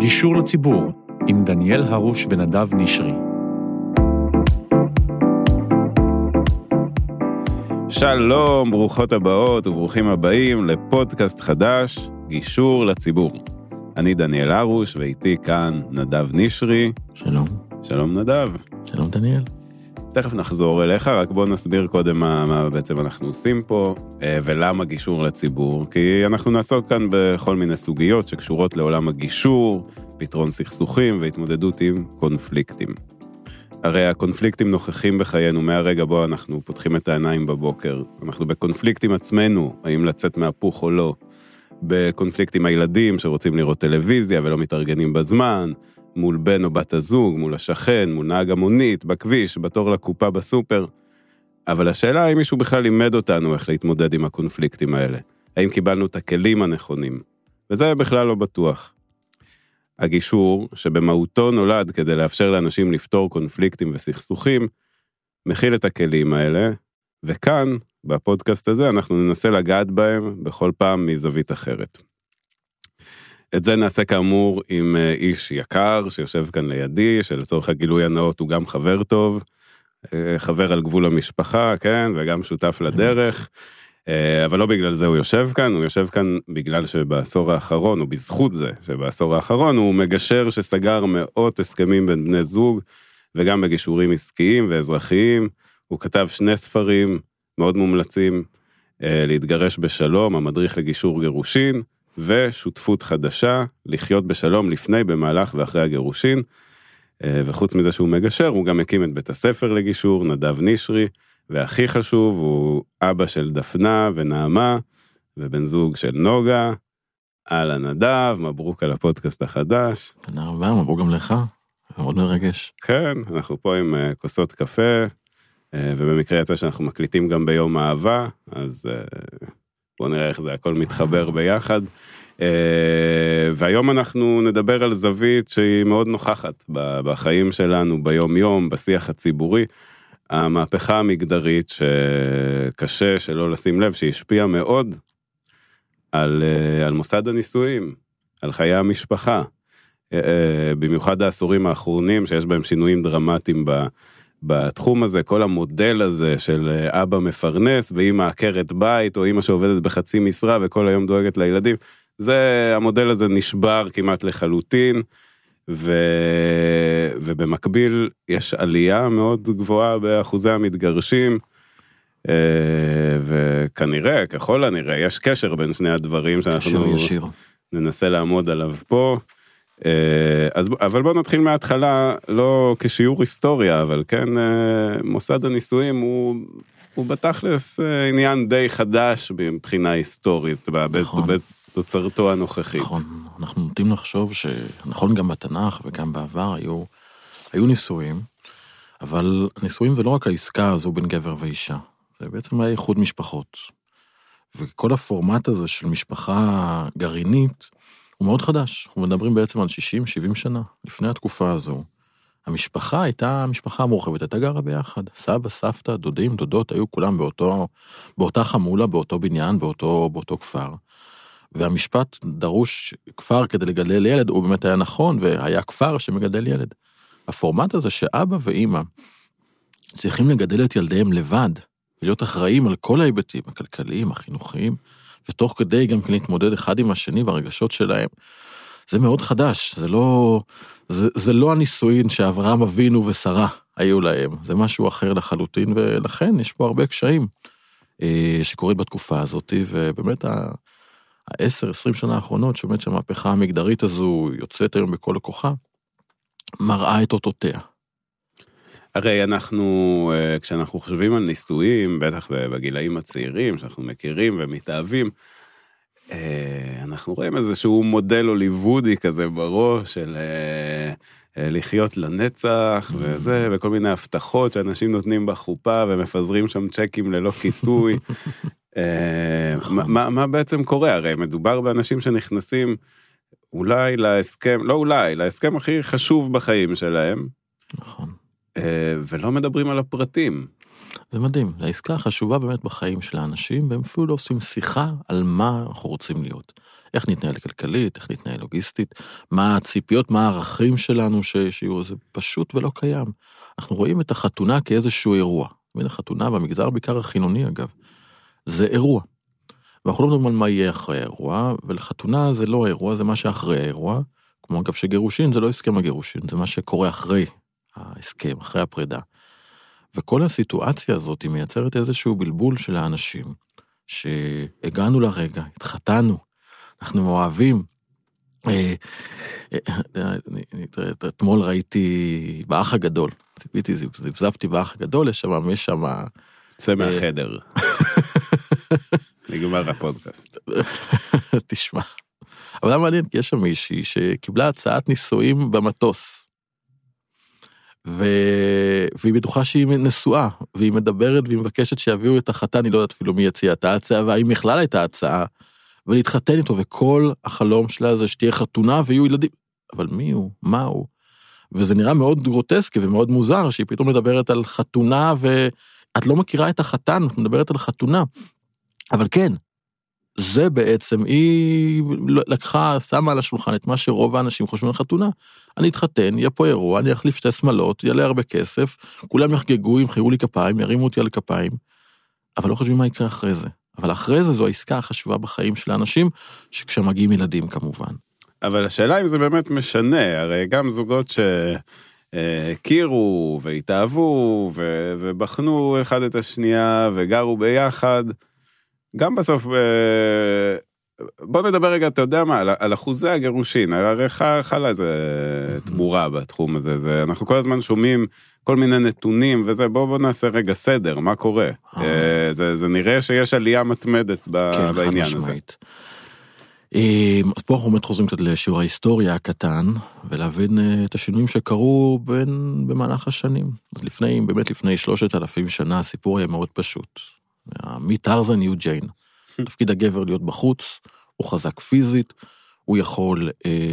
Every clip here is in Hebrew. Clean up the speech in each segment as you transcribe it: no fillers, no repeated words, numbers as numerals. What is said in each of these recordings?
גישור לציבור עם דניאל הרוש ונדב נשרי. שלום, ברוכות הבאות וברוכים הבאים לפודקאסט חדש, גישור לציבור. אני דניאל הרוש ואיתי כאן נדב נשרי. שלום. שלום נדב. שלום דניאל. תכף נחזור אליך, רק בוא נסביר קודם מה בעצם אנחנו עושים פה, ולמה גישור לציבור, כי אנחנו נעסוק כאן בכל מיני סוגיות שקשורות לעולם הגישור, פתרון סכסוכים והתמודדות עם קונפליקטים. הרי הקונפליקטים נוכחים בחיינו מהרגע בו אנחנו פותחים את העיניים בבוקר. אנחנו בקונפליקט עם עצמנו, האם לצאת מהפוך או לא. בקונפליקט עם הילדים שרוצים לראות טלוויזיה ולא מתארגנים בזמן, מול בן או בת הזוג, מול השכן, מול נהג המונית, בכביש, בתור לקופה בסופר. אבל השאלה האם מישהו בכלל לימד אותנו איך להתמודד עם הקונפליקטים האלה. האם קיבלנו את הכלים הנכונים. וזה בכלל לא בטוח. הגישור, שבמהותו נולד כדי לאפשר לאנשים לפתור קונפליקטים וסכסוכים, מכיל את הכלים האלה, וכאן, בפודקאסט הזה, אנחנו ננסה לגעת בהם בכל פעם מזווית אחרת. את זה נעשה כאמור עם איש יקר שיושב כאן לידי, שלצורך הגילוי הנאות הוא גם חבר טוב, חבר על גבול המשפחה, כן, וגם שותף לדרך, אבל לא בגלל זה הוא יושב כאן, הוא יושב כאן בגלל שבעשור האחרון, או בזכות זה שבעשור האחרון, הוא מגשר שסגר מאות הסכמים בין בני זוג, וגם בגישורים עסקיים ואזרחיים, הוא כתב 2 ספרים מאוד מומלצים, להתגרש בשלום, המדריך לגישור גירושין, ושותפות חדשה, לחיות בשלום לפני, במהלך ואחרי הגירושין, וחוץ מזה שהוא מגשר, הוא גם הקים את בית הספר לגישור, נדב נשרי, והכי חשוב, הוא אבא של דפנה ונעמה, ובן זוג של נוגה. אהלן נדב, מברוק על הפודקאסט החדש. תודה רבה, מברוק גם לך, מאוד מרגש. כן, אנחנו פה עם כוסות קפה, ובמקרה יצא שאנחנו מקליטים גם ביום האהבה, אז בואו נראה איך זה הכל מתחבר ביחד. והיום אנחנו נדבר על זווית שהיא מאוד נוכחת בחיים שלנו, ביום יום, בשיח הציבורי, המהפכה המגדרית שקשה שלא לשים לב, שהשפיעה מאוד על מוסד הנישואים, על חיי המשפחה, במיוחד העשורים האחרונים שיש בהם שינויים דרמטיים בתחום הזה, כל המודל הזה של אבא מפרנס ואמא עקרת בית, או אמא שעובדת בחצי משרה וכל היום דואגת לילדים, המודל הזה נשבר כמעט לחלוטין, ובמקביל יש עלייה מאוד גבוהה באחוזי המתגרשים, וכנראה, ככל הנראה, יש קשר בין שני הדברים שאנחנו ננסה לעמוד עליו פה. אבל בואו נתחיל מההתחלה, לא כשיעור היסטוריה, אבל כן, מוסד הנישואים הוא בתכלס עניין די חדש מבחינה היסטורית, בתוצרתו הנוכחית. נכון, אנחנו נוטים לחשוב שנכון גם בתנ"ך וגם בעבר היו נישואים, אבל נישואים זה לא רק העסקה הזו בין גבר ואישה, זה בעצם היה איחוד משפחות, וכל הפורמט הזה של משפחה גרעינית, הוא מאוד חדש, אנחנו מדברים בעצם על 60-70 שנה, לפני התקופה הזו. המשפחה הייתה משפחה מורחבת, הייתה גרה ביחד, סבא, סבתא, דודים, דודות, היו כולם באותה חמולה, באותו בניין, באותו כפר. והמשפט דרוש כפר כדי לגדל ילד, הוא באמת היה נכון, והיה כפר שמגדל ילד. הפורמט הזה שאבא ואמא צריכים לגדל את ילדיהם לבד, ולהיות אחראים על כל ההיבטים, הכלכליים, החינוכיים, ותוך כדי גם כן להתמודד אחד עם השני ברגשות שלהם, זה מאוד חדש, זה לא הנישואין שאברהם אבינו ושרה היו להם, זה משהו אחר לחלוטין, ולכן יש פה הרבה קשיים שקורית בתקופה הזאת, ובאמת ה-10-20 שנה האחרונות, שבאמת שהמהפכה המגדרית הזו יוצאת היום בכל הכוחה, מראה את אותותיה. הרי כשאנחנו חושבים על נישואים, בטח בגילאים הצעירים, שאנחנו מכירים ומתאהבים, אנחנו רואים איזשהו מודל הוליוודי כזה בראש, של לחיות לנצח, וזה, וכל מיני הבטחות שאנשים נותנים בחופה, ומפזרים שם צ'קים ללא כיסוי. מה בעצם קורה? הרי מדובר באנשים שנכנסים אולי להסכם הכי חשוב בחיים שלהם. נכון. ולא מדברים על הפרטים. זה מדהים, זו העסקה חשובה באמת בחיים של האנשים, והם אפילו לא עושים שיחה על מה אנחנו רוצים להיות. איך נתנהל כלכלית, איך נתנהל לוגיסטית, מה הציפיות, מה הערכים שלנו שיהיו, זה פשוט ולא קיים. אנחנו רואים את החתונה כאיזשהו אירוע. מן החתונה במגזר בעיקר החילוני אגב, זה אירוע. ואנחנו לא מדברים על מה יהיה אחרי האירוע, ולחתונה זה לא האירוע, זה מה שאחרי האירוע, כמו אגב שגירושין זה לא הסכם הגירושין, זה מה שקורה אחרי ההסכם, אחרי הפרידה. וכל הסיטואציה הזאת היא מייצרת איזשהו בלבול של האנשים, שהגענו לרגע, התחתנו, אנחנו אוהבים. אתמול ראיתי באח הגדול, ציפיתי, זבזבתי באח הגדול, יש שם... צא מהחדר. נגמר הפודקאסט. תשמע. אבל זה מעניין, כי יש שם מישהי שקיבלה הצעת נישואים במטוס. והיא בטוחה שהיא נשואה, והיא מדברת והיא מבקשת שיביאו את החתן, אני לא יודעת אפילו מי יציע את ההצעה, והאם בכלל הייתה הצעה, ולהתחתן איתו, וכל החלום שלה זה שתהיה חתונה ויהיו ילדים. אבל מי הוא? מה הוא? וזה נראה מאוד גרוטסקי ומאוד מוזר, שהיא פתאום מדברת על חתונה, ואת לא מכירה את החתן, את מדברת על חתונה. אבל כן, זה בעצם, היא לקחה, שמה על השולחן את מה שרוב האנשים חושבים על חתונה. אני אתחתן, יהיה פה אירוע, אני אחליף 2 שמלות, יעלה הרבה כסף, כולם יחגגו, ימחאו לי כפיים, ירימו אותי על כפיים, אבל לא חושבים מה יקרה אחרי זה. אבל אחרי זה זו העסקה החשובה בחיים של האנשים, שכשמגיעים ילדים כמובן. אבל השאלה אם זה באמת משנה, הרי גם זוגות שהכירו והתאהבו ובחנו אחד את השנייה וגרו ביחד, גם בסוף, בוא נדבר רגע, אתה יודע מה, על אחוזי הגירושין, הרי חלה איזה תמורה בתחום הזה, אנחנו כל הזמן שומעים כל מיני נתונים וזה, בוא נעשה רגע סדר, מה קורה? זה נראה שיש עלייה מתמדת בעניין הזה. אז פה אנחנו באמת חוזרים קצת לשיעור ההיסטוריה הקטן, ולהבין את השינויים שקרו במהלך השנים. אז באמת לפני 3,000 שנה, הסיפור היה מאוד פשוט. מטרזן ניו ג'יין. תפקיד הגבר להיות בחוץ, הוא חזק פיזית, הוא יכול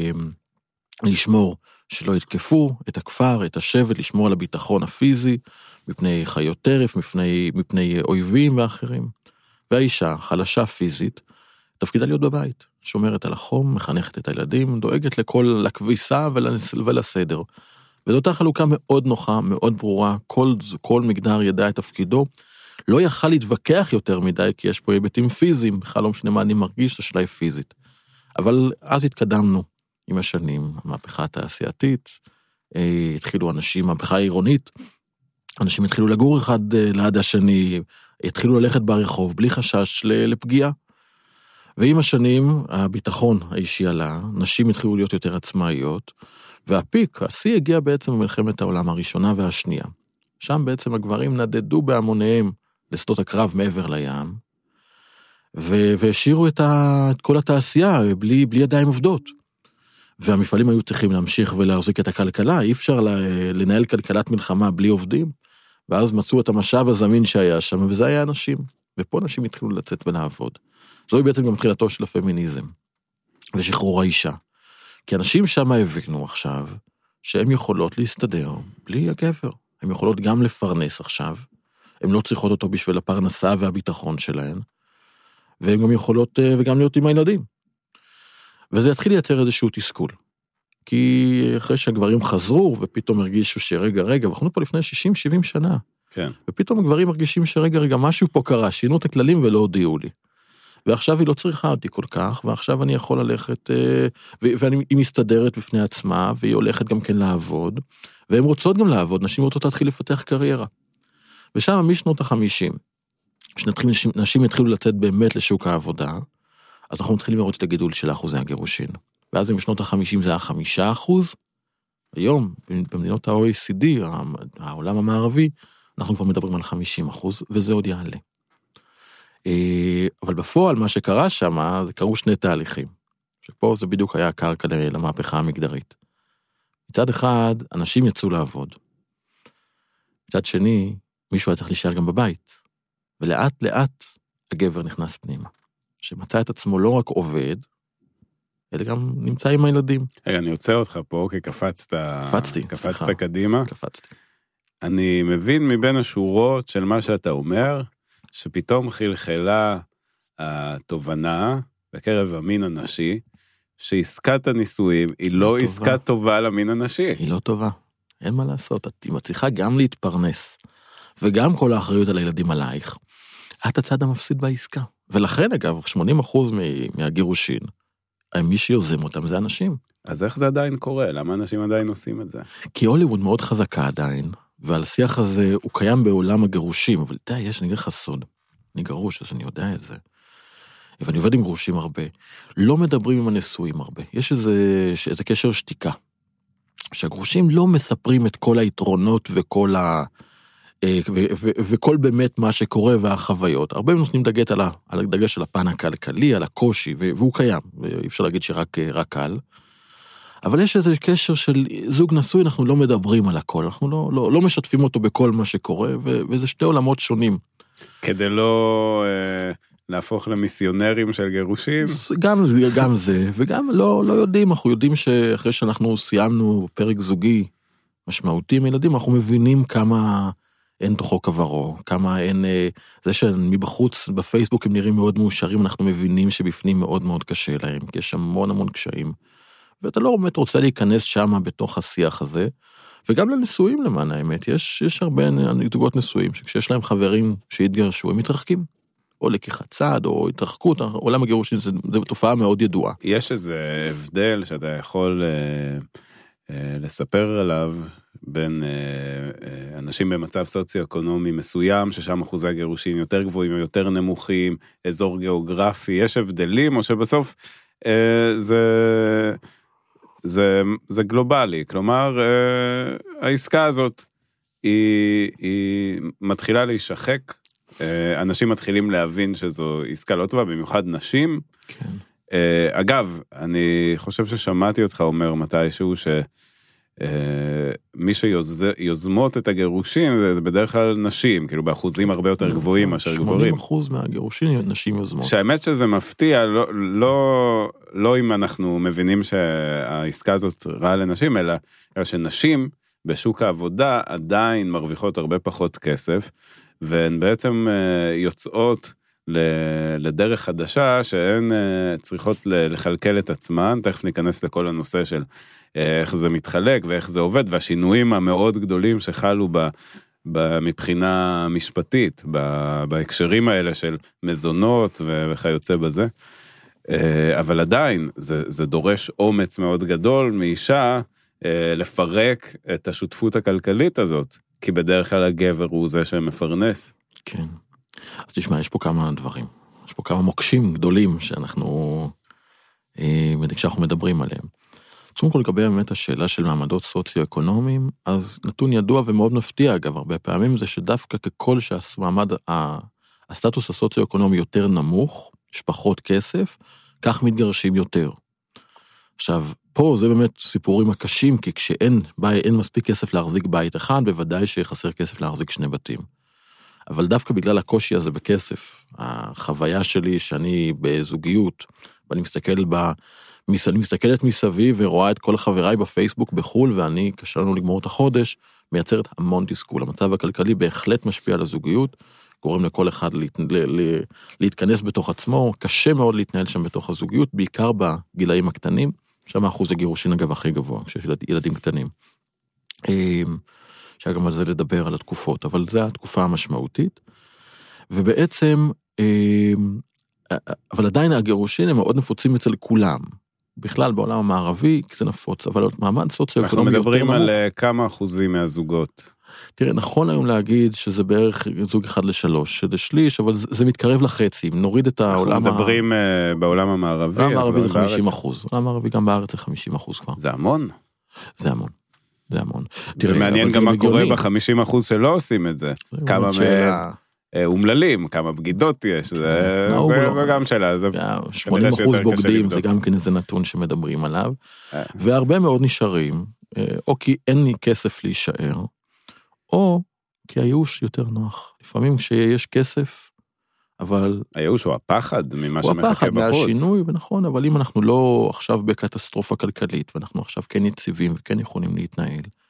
לשמור שלא יתקפו את הכפר, את השבט, לשמור על הביטחון הפיזי, מפני חיות טרף, מפני אויבים ואחרים. והאישה, חלשה פיזית, תפקידה להיות בבית, שומרת על החום, מחנכת את הילדים, דואגת לכביסה ולסדר. וזאת אותה חלוקה מאוד נוחה, מאוד ברורה, כל מגדר ידע את תפקידו, לא יכל להתווכח יותר מדי, כי יש פה היבטים פיזיים, בכלל לא משנה מה אני מרגיש, השאלה היא פיזית. אבל אז התקדמנו עם השנים, המהפכה התעשייתית, התחילו אנשים, מהפכה העירונית, אנשים התחילו לגור אחד ליד השני, התחילו ללכת ברחוב, בלי חשש לפגיעה. ועם השנים, הביטחון האישי עלה, נשים התחילו להיות יותר עצמאיות, והפיק, השיא הגיע בעצם במלחמת העולם הראשונה והשנייה. שם בעצם הגברים נדדו בהמוניהם לשדות הקרב מעבר לים, והשאירו את כל התעשייה בלי ידיים עובדות. והמפעלים היו צריכים להמשיך ולהחזיק את הכלכלה, אי אפשר לנהל כלכלת מלחמה בלי עובדים, ואז מצאו את המשאב הזמין שהיה שם, וזה היה אנשים. ופה אנשים התחילו לצאת ולעבוד. זוהי בעצם גם תחילתו של הפמיניזם, ושחרור האישה. כי אנשים שם הבינו עכשיו, שהם יכולות להסתדר בלי הגבר. הן יכולות גם לפרנס עכשיו, הן לא צריכות אותו בשביל הפרנסה והביטחון שלהן, והן גם יכולות וגם להיות עם הילדים. וזה יתחיל לייצר איזשהו תסכול. כי אחרי שהגברים חזרו, ופתאום הרגישו שרגע, ואנחנו פה לפני 60-70 שנה, כן. ופתאום הגברים מרגישים שרגע, משהו פה קרה, שינו את הכללים ולא הודיעו לי. ועכשיו היא לא צריכה אותי כל כך, ועכשיו אני יכול ללכת, והיא מסתדרת בפני עצמה, והיא הולכת גם כן לעבוד, והן רוצות גם לעבוד, נשים רוצות להתחיל לפתח קריירה. ושם משנות ה-50, שנשים התחילו לצאת באמת לשוק העבודה, אז אנחנו מתחילים לראות את הגידול של אחוזי הגירושין. ואז בשנות ה-50 זה היה 5%, היום במדינות ה-OECD, העולם המערבי, אנחנו כבר מדברים על 50%, וזה עוד יעלה. אבל בפועל מה שקרה שם, זה קרו 2 תהליכים, שפה זה בדיוק היה הקרקע למהפכה המגדרית. מצד אחד, אנשים יצאו לעבוד. מצד שני, מישהו היה צריך להישאר גם בבית, ולאט לאט הגבר נכנס פנימה, שמצא את עצמו לא רק עובד, אלא גם נמצא עם הילדים. אני עוצר אותך פה, כי קפצת קדימה. קפצתי. אני מבין מבין השורות של מה שאתה אומר, שפתאום חלחלה התובנה בקרב המין הנשי, שעסקת הנישואים היא לא עסקה טובה למין הנשי. היא לא טובה, אין מה לעשות, את מצליחה גם להתפרנס, וגם כל האחריות על הילדים עלייך, את הצד המפסיד בעסקה. ולכן אגב, 80% מהגירושין, מי שיוזם אותם זה אנשים. אז איך זה עדיין קורה? למה אנשים עדיין עושים את זה? כי הוליווד מאוד חזקה עדיין, ועל שיח הזה הוא קיים בעולם הגירושים, אבל די, אני אגיד לך סוד, אני גרוש, אז אני יודע את זה. ואני עובד עם גרושים הרבה. לא מדברים עם הנשואים הרבה. יש איזה קשר שתיקה. שהגרושים לא מספרים את כל היתרונות וכל באמת מה שקורה והחוויות. הרבה נותנים דגש על הפן הכלכלי, על הקושי, והוא קיים. אי אפשר להגיד שרק קל. אבל יש איזה קשר של זוג נשוי, אנחנו לא מדברים על הכל. אנחנו לא משתפים אותו בכל מה שקורה, וזה שתי עולמות שונים. כדי לא להפוך למיסיונרים של גירושים? גם זה, וגם לא יודעים, אנחנו יודעים שאחרי שאנחנו סיימנו פרק זוגי משמעותי עם ילדים, אנחנו מבינים כמה אין תוכו כברו, כמה אין, זה שמבחוץ בפייסבוק הם נראים מאוד מאושרים, אנחנו מבינים שבפנים מאוד מאוד קשה להם, כי יש המון קשיים, ואתה לא באמת רוצה להיכנס שם בתוך השיח הזה, וגם לנשואים למען האמת, יש הרבה זוגות נשואים, שכשיש להם חברים שהתגרשו, הם מתרחקים, או לקיחת צעד, או התרחקות, עולם הגירושים, זו תופעה מאוד ידועה. יש איזה הבדל שאתה יכול לספר עליו, בין אנשים במצב סוציו-אקונומי מסוים, ששם אחוזי הגירושים יותר גבוהים או יותר נמוכים, אזור גיאוגרפי, יש הבדלים, או שבסוף זה גלובלי, כלומר, העסקה הזאת היא מתחילה להישחק, אנשים מתחילים להבין שזו עסקה לא טובה, במיוחד נשים. כן. אגב, אני חושב ששמעתי אותך אומר מתישהו מי שיוזמות את הגירושים זה בדרך כלל נשים, כאילו באחוזים הרבה יותר גבוהים מאשר גברים. 80% מהגירושים נשים יוזמות. שהאמת שזה מפתיע, לא אם אנחנו מבינים שהעסקה הזאת רעה לנשים, אלא שנשים בשוק העבודה עדיין מרוויחות הרבה פחות כסף, והן בעצם יוצאות לדרך חדשה שהן צריכות לכלכל את עצמן, תכף ניכנס לכל הנושא של איך זה מתחלק ואיך זה עובד, והשינויים המאוד גדולים שחלו מבחינה משפטית, בהקשרים האלה של מזונות וכיוצא בזה, אבל עדיין זה דורש אומץ מאוד גדול מאישה לפרק את השותפות הכלכלית הזאת, כי בדרך כלל הגבר הוא זה שמפרנס. כן. אז תשמע, יש פה כמה דברים. יש פה כמה מוקשים גדולים שאנחנו מדברים עליהם. קודם כל לגבי באמת השאלה של מעמדות סוציו-אקונומיים, אז נתון ידוע ומאוד מפתיע, אגב, הרבה פעמים זה שדווקא ככל הסטטוס הסוציו-אקונומי יותר נמוך, יש פחות כסף, כך מתגרשים יותר. עכשיו, פה זה באמת סיפורים הקשים, כי כשאין מספיק כסף להחזיק בית אחד, בוודאי שיחסר כסף להחזיק שני בתים. אבל דווקא בגלל הקושי הזה בכסף, החוויה שלי שאני בזוגיות, ואני מסתכלת מסביב ורואה את כל חבריי בפייסבוק בחול, ואני, קשה לנו לגמור את החודש, מייצרת המון תסכול. המצב הכלכלי בהחלט משפיע על הזוגיות, גורם לכל אחד להתכנס בתוך עצמו, קשה מאוד להתנהל שם בתוך הזוגיות, בעיקר בגילאים הקטנים, שם אחוז הגירושין אגב הכי גבוה, כשיש ילדים קטנים. שגם על זה לדבר על התקופות, אבל זו התקופה המשמעותית, ובעצם, אבל עדיין הגירושין הם מאוד נפוצים אצל כולם, בכלל בעולם המערבי, כי זה נפוץ, אבל מעמד סוציו-אקונומי יותר נמוך. אנחנו מדברים על כמה אחוזים מהזוגות. תראה, נכון היום להגיד שזה בערך זוג 1-3, שזה שליש, אבל זה מתקרב לחצי, אם נוריד את העולם... אנחנו מדברים בעולם המערבי. בעולם המערבי זה 50%, בעולם המערבי גם בארץ זה 50% כבר. זה המון? זה המון. זה המון. זה מעניין גם מה קורה ב-50% שלא עושים את זה. כמה אומללים, כמה בגידות יש, זה גם שאלה. 80% בוגדים, זה גם כן איזה נתון שמדברים עליו, והרבה מאוד נשארים, או כי אין לי כסף להישאר, או כי הייאוש יותר נוח. לפעמים כשיש כסף, אבל... הייאוש הוא הפחד ממה שמחכה בחוץ. הוא הפחד מהשינוי, ונכון, אבל אם אנחנו לא עכשיו בקטסטרופה כלכלית, ואנחנו עכשיו כן יציבים וכן יכולים להתנהל,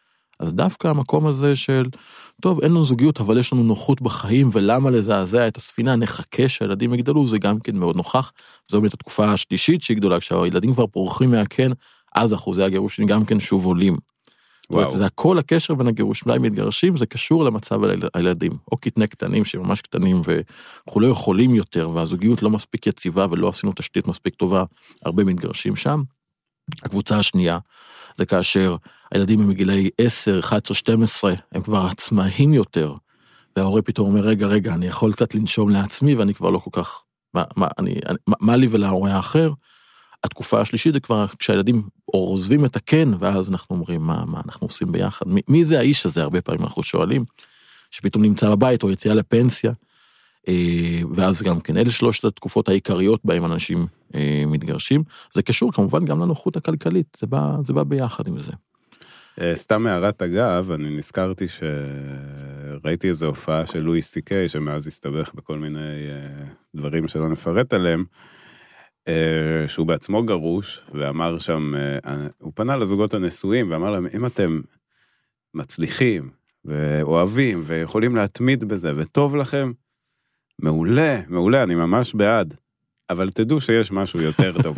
אז דווקא המקום הזה של, טוב, אין לנו זוגיות, אבל יש לנו נוחות בחיים, ולמה לזעזע את הספינה, נחכה שהילדים יגדלו, זה גם כן מאוד נוכח, זו באמת התקופה השלישית שהיא גדולה, כשהילדים כבר פורחים מהקן, אז אחוזי הגירושים גם כן שוב עולים. זה הכל הקשר בין הגירושים למתגרשים, זה קשור למצב הילדים, או קטני קטנים שממש קטנים, ואנחנו לא יכולים יותר, והזוגיות לא מספיק יציבה, ולא עשינו תשתית מספיק טובה, הרבה מתגרשים שם. הקבוצה השנייה, זה כאשר הילדים הם מגילי 10, 11, 12, הם כבר עצמאים יותר, וההורה פתאום אומר, רגע, אני יכול קצת לנשום לעצמי, ואני כבר לא כל כך, מה לי ולהורה האחר? התקופה השלישית זה כבר כשהילדים עוזבים את הקן, ואז אנחנו אומרים, מה אנחנו עושים ביחד? מי זה האיש הזה? הרבה פעמים אנחנו שואלים, שפתאום נמצא בבית, או יציאה לפנסיה, ואז גם כן, אלה שלושת התקופות העיקריות בהם אנשים מתגרשים, זה קשור כמובן גם לנוחות הכלכלית, זה בא ביחד עם זה. סתם הערת אגב, אני נזכרתי שראיתי איזו הופעה של לואי סי קיי, שמאז הסתבך בכל מיני דברים שלא נפרט עליהם, שהוא בעצמו גרוש, ואמר שם, הוא פנה לזוגות הנשואים, ואמר להם, אם אתם מצליחים, ואוהבים, ויכולים להתמיד בזה, וטוב לכם, מעולה, אני ממש בעד, אבל תדעו שיש משהו יותר טוב.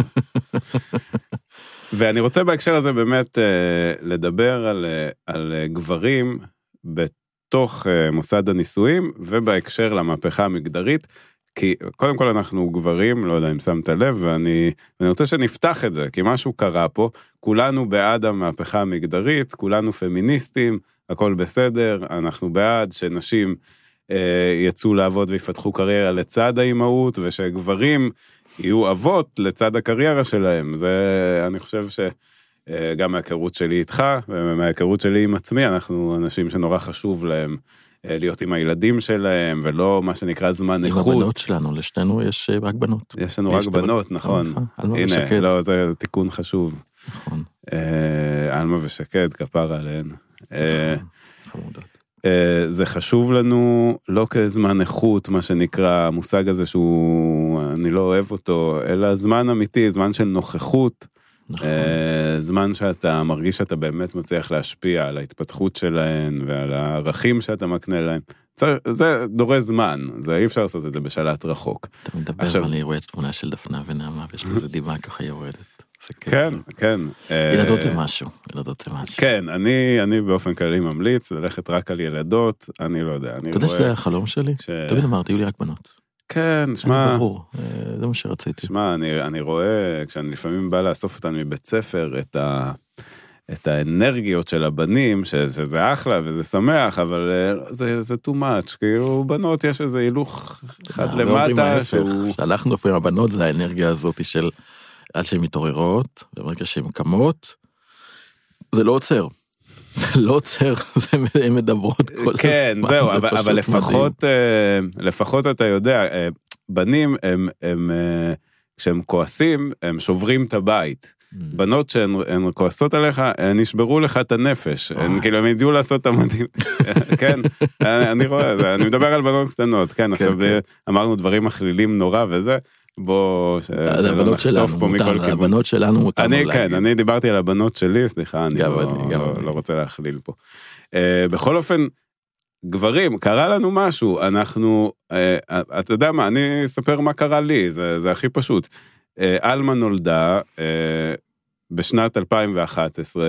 ואני רוצה בהקשר הזה באמת לדבר על גברים בתוך מוסד הנישואים, ובהקשר למהפכה המגדרית, כי קודם כל אנחנו גברים, לא יודע אם שמת לב, ואני רוצה שנפתח את זה, כי משהו קרה פה, כולנו בעד המהפכה המגדרית, כולנו פמיניסטים, הכל בסדר, אנחנו בעד שנשים יצאו לעבוד ויפתחו קריירה לצד האימהות, ושגברים יהיו אבות לצד הקריירה שלהם. זה, אני חושב שגם מההיכרות שלי איתך, ומההיכרות שלי עם עצמי, אנחנו אנשים שנורא חשוב להם להיות עם הילדים שלהם, ולא מה שנקרא זמן איכות. עם הבנות שלנו, לשתינו יש רק בנות. יש לנו רק בנות, נכון. הנה, לא, זה תיקון חשוב. נכון. אלמה ושקד, כפר עליהן. זה חשוב לנו לא כזמן איכות, מה שנקרא, המושג הזה שהוא, אני לא אוהב אותו, אלא זמן אמיתי, זמן של נוכחות, זמן שאתה מרגיש שאתה באמת מצליח להשפיע על ההתפתחות שלהן, ועל הערכים שאתה מקנה להן. זה דורש זמן, זה אי אפשר לעשות את זה בשלט רחוק. אתה מדבר, אני רואה את תמונה של דפנה ונעמה, ויש לזה דמעה ככה יורדת. כן. ילדות זה משהו. כן, אני באופן כללי ממליץ ללכת רק על ילדות, אני לא יודע. אתה יודע שזה החלום שלי? תמיד אמרתי, היו לי רק בנות. כן, שמע. ברור, זה מה שרציתי. שמע, אני רואה, כשאני לפעמים בא לאסוף אותנו מבית ספר, את האנרגיות של הבנים, שזה אחלה וזה שמח, אבל זה too much, כאילו בנות יש איזה הילוך אחד למטה. שאנחנו לפעמים הבנות, זה האנרגיה הזאת של עד שהן מתעוררות, וברגע שהן קמות, זה לא עוצר. זה לא עוצר, הן מדברות כל הזמן. כן, זהו, אבל לפחות אתה יודע, בנים, כשהם כועסים, הם שוברים את הבית. בנות שהן כועסות עליך, הן ישברו לך את הנפש. כאילו, הם ידעו לעשות את המדהים. כן, אני רואה, אני מדבר על בנות קטנות. כן, עכשיו אמרנו דברים מכלילים נורא וזה. בוא, הבנות שלנו מותר להגיד. כן, אני דיברתי על הבנות שלי, סליחה, אני לא רוצה להכליל פה. בכל אופן, גברים, קרה לנו משהו, אנחנו, אתה יודע מה, אני אספר מה קרה לי, זה הכי פשוט. אלמה נולדה בשנת 2011,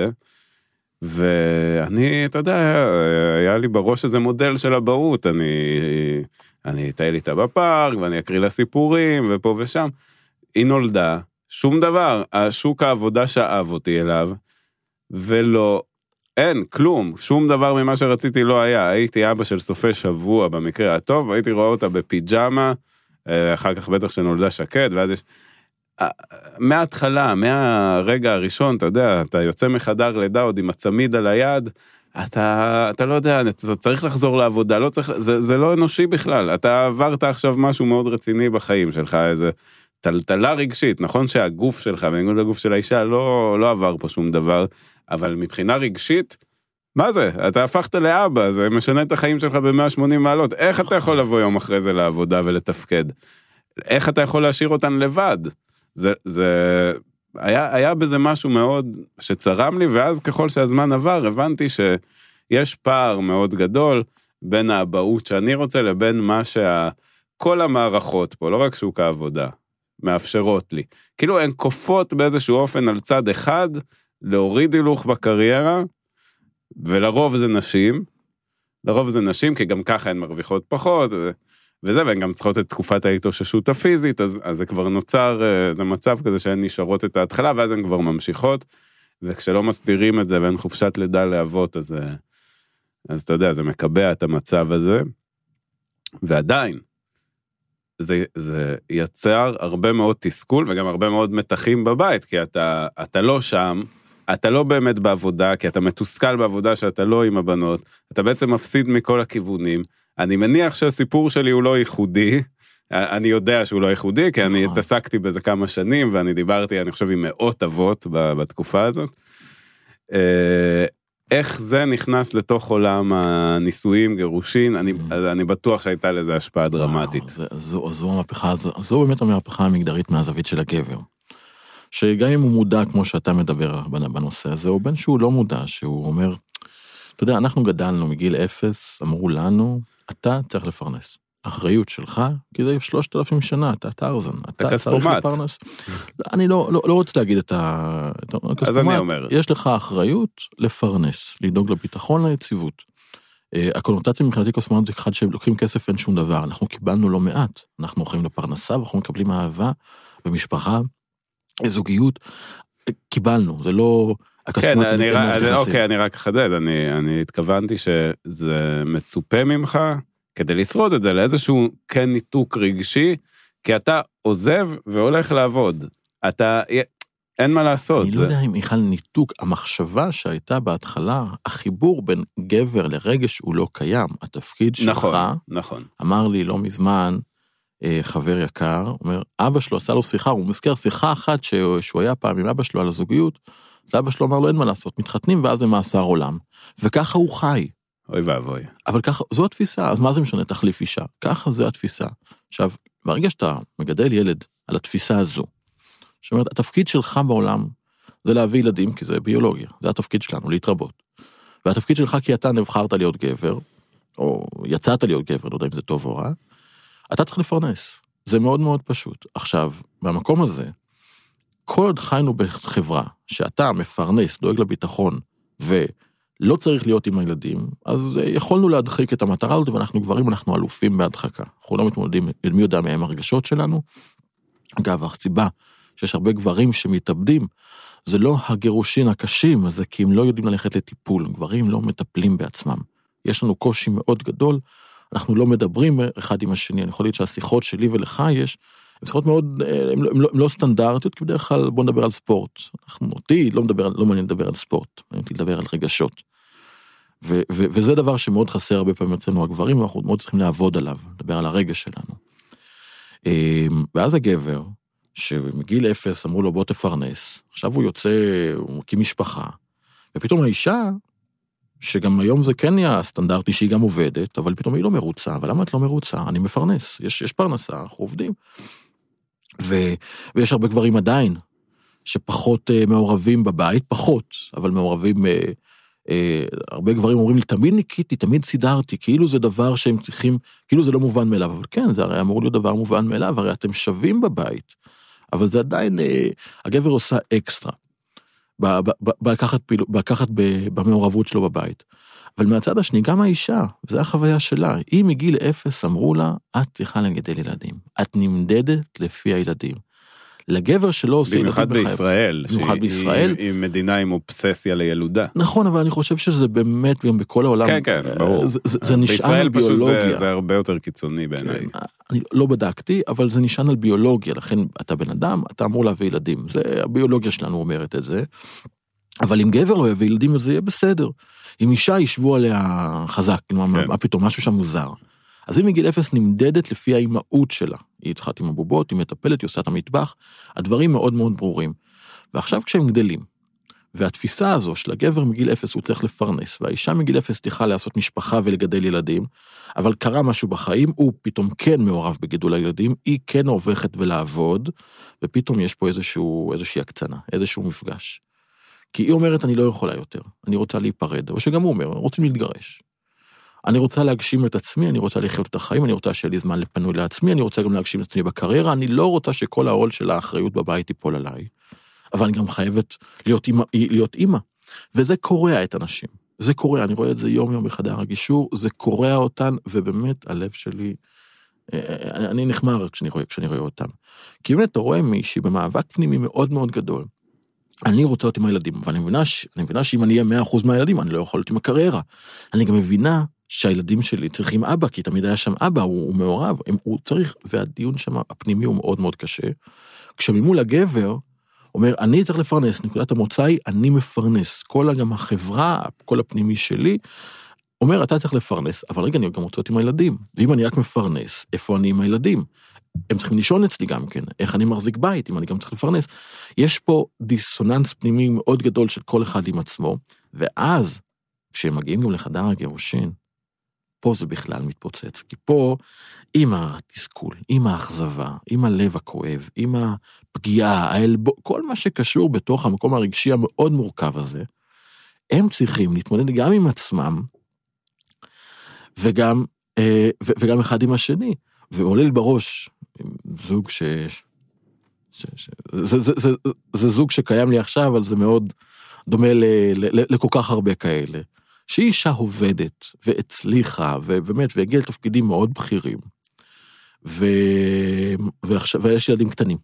ואני, אתה יודע, היה לי בראש איזה מודל של הבאות, אני אטייל איתה בפארק, ואני אקריא לה סיפורים, ופה ושם. היא נולדה, שום דבר, השוק העבודה שאהב אותי אליו, ולא, אין, כלום, שום דבר ממה שרציתי לא היה. הייתי אבא של סופי שבוע במקרה הטוב, והייתי רואה אותה בפיג'מה, אחר כך בטח שנולדה שקד, ואז יש, מההתחלה, מהרגע הראשון, אתה יודע, אתה יוצא מחדר לידה עוד עם הצמיד על היד, אתה לא יודע, אתה צריך לחזור לעבודה, לא צריך, זה לא אנושי בכלל, אתה עברת עכשיו משהו מאוד רציני בחיים שלך, איזה טלטלה רגשית, נכון שהגוף שלך, בניגוד לגוף של האישה, לא עבר פה שום דבר, אבל מבחינה רגשית, מה זה? אתה הפכת לאבא, זה משנה את החיים שלך ב-180 מעלות, איך אתה יכול לבוא יום אחרי זה לעבודה ולתפקד? איך אתה יכול להשאיר אותן לבד? היה בזה משהו מאוד שצרם לי, ואז ככל שהזמן עבר, הבנתי יש פער מאוד גדול בין האבהות שאני רוצה לבין מה כל המערכות פה, לא רק שוק העבודה, מאפשרות לי. כאילו הן כופות באיזשהו אופן על צד אחד, להוריד הילוך בקריירה, ולרוב זה נשים, כי גם ככה הן מרוויחות פחות, וזה, והן גם צריכות את תקופת ההתאוששות הפיזית, אז זה כבר נוצר, זה מצב כזה שהן נשארות את ההתחלה, ואז הן כבר ממשיכות, וכשלא מסתירים את זה, ואין חופשת לידה לאבות, אז אתה יודע, זה מקבע את המצב הזה, ועדיין, זה יצר הרבה מאוד תסכול, וגם הרבה מאוד מתחים בבית, כי אתה לא שם, אתה לא באמת בעבודה, כי אתה מתוסכל בעבודה שאתה לא עם הבנות, אתה בעצם מפסיד מכל הכיוונים, אני מניח שהסיפור שלי הוא לא ייחודי, אני יודע שהוא לא ייחודי, כי אני התעסקתי בזה כמה שנים, ואני דיברתי, אני חושב, עם מאות אבות בתקופה הזאת. איך זה נכנס לתוך עולם הנישואים, גירושין, אני בטוח שהייתה לזה השפעה דרמטית. זו באמת המהפכה המגדרית מהזווית של הגבר. שגם אם הוא מודע, כמו שאתה מדבר בנושא הזה, או בין שהוא לא מודע, שהוא אומר, אתה יודע, אנחנו גדלנו מגיל 0, אמרו לנו, אתה צריך לפרנס. האחריות שלך, כדי 3,000 שנה, אתה טרזן, אתה צריך לפרנס. אני לא רוצה להגיד את הכספומט. אז אני אומר. יש לך אחריות לפרנס, לדאוג לביטחון, ליציבות. הקונוטציה מבחינתי כספומט זה אחד שלוקחים כסף אין שום דבר, אנחנו קיבלנו לא מעט, אנחנו הולכים לפרנסה, ואנחנו מקבלים אהבה במשפחה, זוגיות, קיבלנו, זה לא... כן, אוקיי, אני רק אחדד, אני התכוונתי שזה מצופה ממך, כדי לשרוד את זה לאיזשהו כן ניתוק רגשי, כי אתה עוזב והולך לעבוד, אין מה לעשות. אני לא יודע אם בכלל ניתוק, המחשבה שהייתה בהתחלה, החיבור בין גבר לרגש הוא לא קיים, התפקיד שלך, אמר לי לא מזמן, חבר יקר, אומר, אבא שלו עשה לו שיחה, הוא מזכר שיחה אחת שהוא היה פעם עם אבא שלו על הזוגיות, אז אבא שלו אמר לו אין מה לעשות, מתחתנים ואז זה מאסר עולם, וככה הוא חי. אוי ואבוי. אבל ככה, זו התפיסה, אז מה זה משנה תחליף אישה? ככה זו התפיסה. עכשיו, ברגע שאתה מגדל ילד על התפיסה הזו, זאת אומרת, התפקיד שלך בעולם זה להביא ילדים, כי זה ביולוגיה, זה התפקיד שלנו, להתרבות. והתפקיד שלך כי אתה נבחרת להיות גבר, או יצאת להיות גבר, לא יודע אם זה טוב או רע, אתה צריך לפרנס. זה מאוד מאוד פשוט. עכשיו, במקום הזה, כל עוד חיינו בחברה, שאתה מפרנס, דואג לביטחון, ולא צריך להיות עם הילדים, אז יכולנו להדחיק את המטרה הזאת, ואנחנו גברים, אנחנו אלופים בהדחקה. אנחנו לא מתמודדים, מי יודע מהם הרגשות שלנו. אגב, הסיבה שיש הרבה גברים שמתאבדים, זה לא הגירושין הקשים, זה כי הם לא יודעים ללכת לטיפול, גברים לא מטפלים בעצמם. יש לנו קושי מאוד גדול, אנחנו לא מדברים אחד עם השני, אני יכול להגיד שהשיחות שלי ולך יש, הן שיחות מאוד, הן לא סטנדרטיות, כי בדרך כלל בוא נדבר על ספורט. אותי לא מעניין לדבר על ספורט, מעניין לדבר על רגשות. וזה דבר שמאוד חסר הרבה פעמים אצלנו הגברים, ואנחנו מאוד צריכים לעבוד עליו, לדבר על הרגש שלנו. ואז הגבר, שמגיל 0 אמרו לו בוא תפרנס, עכשיו הוא יוצא, הוא מקים משפחה, ופתאום האישה, שגם היום זה כן נהיה סטנדרטי שהיא גם עובדת, אבל פתאום היא לא מרוצה, אבל למה את לא מרוצה? אני מפרנס, יש פרנסה, אנחנו עובדים. ויש הרבה גברים עדיין, שפחות מעורבים בבית, פחות, אבל מעורבים, הרבה גברים אומרים לי, תמיד ניקיתי, תמיד סידרתי, כאילו זה דבר שהם צריכים, כאילו זה לא מובן מאליו, אבל כן, זה הרי אמור להיות דבר מובן מאליו, הרי אתם שווים בבית, אבל זה עדיין, הגבר עושה אקסטרה. לקחת במעורבות שלו בבית. אבל מהצד השני, גם האישה, וזו החוויה שלה, היא מגיל 0 אמרו לה, את צריכה לגדל ילדים. את נמדדת לפי הילדים. לגבר שלא עושה ילדים בחייו. במיוחד בישראל. שהיא מדינה עם אובססיה לילודה. נכון, אבל אני חושב שזה באמת, גם בכל העולם. כן, כן, ברור. זה נשען על ביולוגיה. בישראל פשוט זה הרבה יותר קיצוני בעיניי. אני לא בדקתי, אבל זה נשען על ביולוגיה, לכן אתה בן אדם, אתה אמור להביא ילדים. זה, הביולוגיה שלנו אומרת את זה. אבל אם גבר לא יביא ילדים, אז זה יהיה בסדר. אם אישה ישבו עליה חזק, מה פתאום, משהו שם מוזר. אז אם מגיל 0 נמדדת לפי האימהות שלה, היא התחלת עם הבובות, היא מטפלת, היא עושה את המטבח, הדברים מאוד מאוד ברורים. ועכשיו כשהם גדלים, והתפיסה הזו של הגבר מגיל 0 הוא צריך לפרנס, והאישה מגיל 0 צריכה לעשות משפחה ולגדל ילדים, אבל קרה משהו בחיים, הוא פתאום כן מעורב בגידול הילדים, היא כן הופכת ולעבוד, ופתאום יש פה איזושהי הקצנה, איזשהו מפגש. כי היא אומרת, אני לא יכולה יותר, אני רוצה להיפרד, או שגם הוא אומר, רוצים להתגרש. אני רוצה להגשים את עצמי, אני רוצה לחיות את החיים, אני רוצה שיהיה לי זמן לפנוי לעצמי, אני רוצה גם להגשים את עצמי בקריירה, אני לא רוצה שכל העול של האחריות בבית ייפול עליי, אבל אני גם חייבת להיות אימא. וזה קורע את אנשים. זה קורע, אני רואה את זה יום בחדר הגישור, זה קורע אותן, ובאמת הלב שלי, אני נחמר כשאני רואה אותם. כי באמת אתה רואה מישהי במאבק פנימי מאוד מאוד גדול, אני רוצה להיות עם הילדים, אבל אני מבינה שאם אני אהיה 100% מהילדים, אני לא יכול להיות עם הקריירה. אני גם מבינה שהילדים שלי צריכים אבא, כי תמיד היה שם אבא, הוא מעורב, הוא צריך, והדיון שם הפנימי הוא מאוד מאוד קשה. כשממול הגבר, אומר, אני צריך לפרנס, נקודת המוצא היא, אני מפרנס. גם החברה, כל הפנימי שלי, אומר, אתה צריך לפרנס, אבל רגע, אני גם רוצה להיות עם הילדים. ואם אני רק מפרנס, איפה אני עם הילדים? הם צריכים לישון אצלי גם כן, איך אני מחזיק בית, אם אני גם צריך לפרנס. יש פה דיסוננס פנימי מאוד גדול של כל אחד עם עצמו, ואז, כשהם מגיעים גם לחדר הגירושין, פה זה בכלל מתפוצץ, כי פה, עם התסכול, עם האכזבה, עם הלב הכואב, עם הפגיעה, כל מה שקשור בתוך המקום הרגשי המאוד מורכב הזה, הם צריכים להתמודד גם עם עצמם, וגם אחד עם השני, ועולה לי בראש, זוג זה זוג שקיים לי עכשיו, אבל זה מאוד דומה לכל כך הרבה כאלה, שהיא אישה עובדת, והצליחה, ובאמת, והגיעה לתפקידים מאוד בכירים, ויש ילדים קטנים,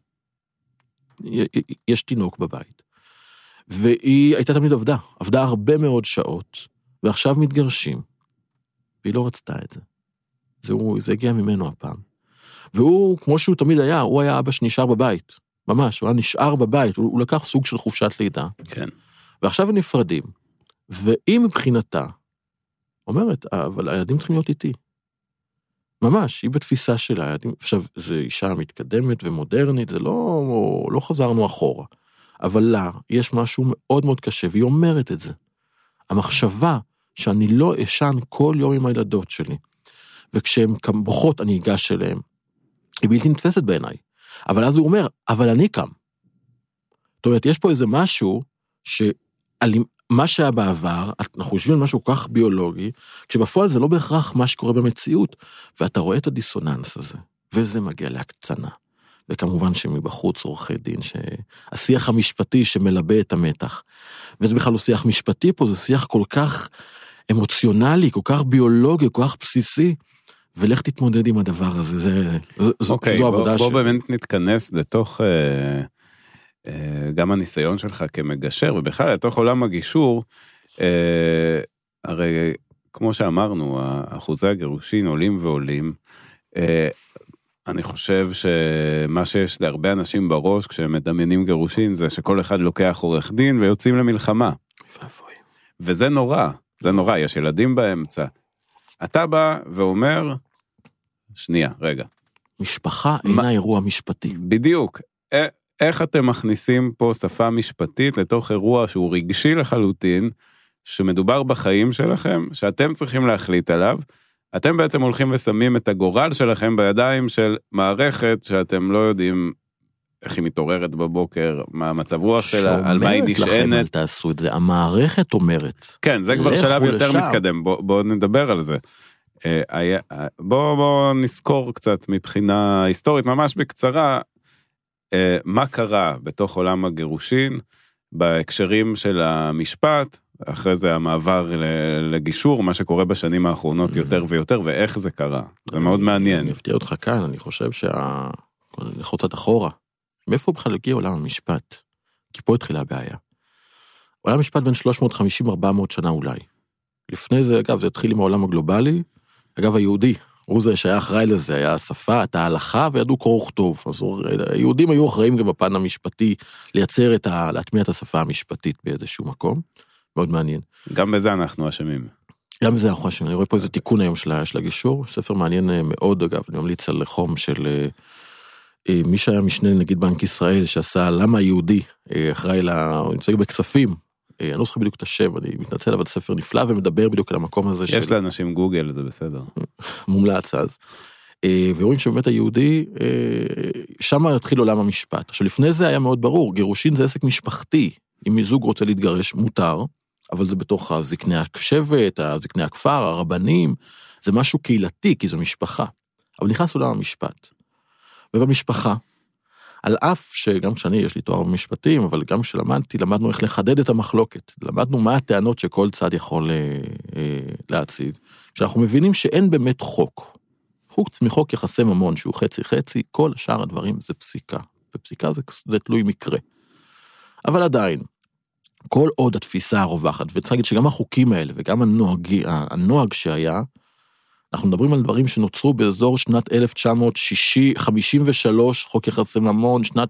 יש תינוק בבית, והיא הייתה תמיד עבדה הרבה מאוד שעות, ועכשיו מתגרשים, והיא לא רצתה את זה. זה הגיע ממנו הפעם. והוא, כמו שהוא תמיד היה, הוא היה אבא שנשאר בבית. ממש, הוא היה נשאר בבית, הוא לקח סוג של חופשת לידה. כן. ועכשיו הם נפרדים. והיא מבחינתה, אומרת, אבל הילדים צריכים להיות איתי. ממש, היא בתפיסה שלה. עכשיו, זו אישה מתקדמת ומודרנית, זה לא חזרנו אחורה. אבל לה, יש משהו מאוד מאוד קשה, והיא אומרת את זה. המחשבה שאני לא אשן כל יום עם הילדות שלי, וכשהן בוכות אני אגש אליהן, היא בלתי נתפסת בעיניי. אבל אז הוא אומר, אבל אני קם. זאת אומרת, יש פה איזה משהו, מה שהיה בעבר, אנחנו חושבים על משהו כל כך ביולוגי, כשבפועל זה לא בהכרח מה שקורה במציאות, ואתה רואה את הדיסוננס הזה, וזה מגיע להקצנה. וכמובן שמבחוץ עורכי דין, שהשיח המשפטי שמלבה את המתח, וזה בכלל לא שיח משפטי פה, זה שיח כל כך אמוציונלי, כל כך ביולוגי, כל כך בסיסי, ולך תתמודד עם הדבר הזה, זו עבודה בוא באמת נתכנס לתוך גם הניסיון שלך כמגשר, ובכלל לתוך עולם הגישור, הרי כמו שאמרנו, אחוזי הגירושין עולים ועולים, אני חושב שמה שיש להרבה אנשים בראש כשהם מדמיינים גירושין, זה שכל אחד לוקח עורך דין ויוצאים למלחמה. וזה נורא, זה נורא, יש ילדים באמצע. אתה בא ואומר, שנייה, רגע. משפחה אינה אירוע משפטי. בדיוק. איך אתם מכניסים פה שפה משפטית לתוך אירוע שהוא רגשי לחלוטין, שמדובר בחיים שלכם, שאתם צריכים להחליט עליו, אתם בעצם הולכים ושמים את הגורל שלכם בידיים של מערכת שאתם לא יודעים איך היא מתעוררת בבוקר, מה המצב רוח שלה, על מה היא נשענת. לכם אל תעשו את זה, המערכת אומרת. כן, זה כבר שלב יותר מתקדם, בואו נדבר על זה. בואו נזכור קצת מבחינה היסטורית, ממש בקצרה, מה קרה בתוך עולם הגירושין, בהקשרים של המשפט, אחרי זה המעבר לגישור, מה שקורה בשנים האחרונות יותר ויותר, ואיך זה קרה. זה מאוד מעניין. אני אפתיע אותך כאן, אני חושב לחוצת אחורה. מאיפה בכלל הגיע עולם המשפט? כי פה התחילה הבעיה. עולם המשפט בין 350-400 שנה אולי. לפני זה, אגב, זה התחיל עם העולם הגלובלי, אגב, היהודי, הוא זה שהיה אחראי לזה, היה השפה, את ההלכה, וידעו קרוא וכתוב. אז היהודים היו אחראים גם בפן המשפטי, להטמיע את השפה המשפטית באיזשהו מקום. מאוד מעניין. גם בזה אנחנו אשמים. גם בזה אנחנו אשמים. אני רואה פה איזה תיקון היום של הגישור, ספר מעניין מאוד, אגב, אני ממליץ על חום של מי שהיה משנה נגיד בנק ישראל, שעשה למה היהודי אחראי הוא נמצא בכספים, אני לא זוכר בדיוק את השם, אני מתנצל, אבל ספר נפלא ומדבר בדיוק על המקום הזה. יש לאנשים גוגל, זה בסדר. מומלץ אז. ורואים שבאמת היהודי, שם התחיל עולם המשפט. עכשיו לפני זה היה מאוד ברור, גירושין זה עסק משפחתי, אם זוג רוצה להתגרש, מותר, אבל זה בתוך הזקני השבט, הזקני הכפר, הרבנים, זה משהו קהילתי, כי זו משפחה. אבל נכנס עולם המשפט. ובמשפחה, על אף שגם כשאני, יש לי תואר במשפטים, אבל גם כשלמדתי, למדנו איך לחדד את המחלוקת. למדנו מה הטענות שכל צד יכול להציג. כשאנחנו מבינים שאין באמת חוק. חוץ מחוק יחסי ממון, שהוא חצי-חצי, כל שאר הדברים זה פסיקה. ופסיקה זה תלוי מקרה. אבל עדיין, כל עוד התפיסה הרווחת, וצריך להגיד שגם החוקים האלה, וגם הנוהג שהיה, אנחנו מדברים על דברים שנוצרו באזור שנת 1953, חוק יחסי ממון, שנת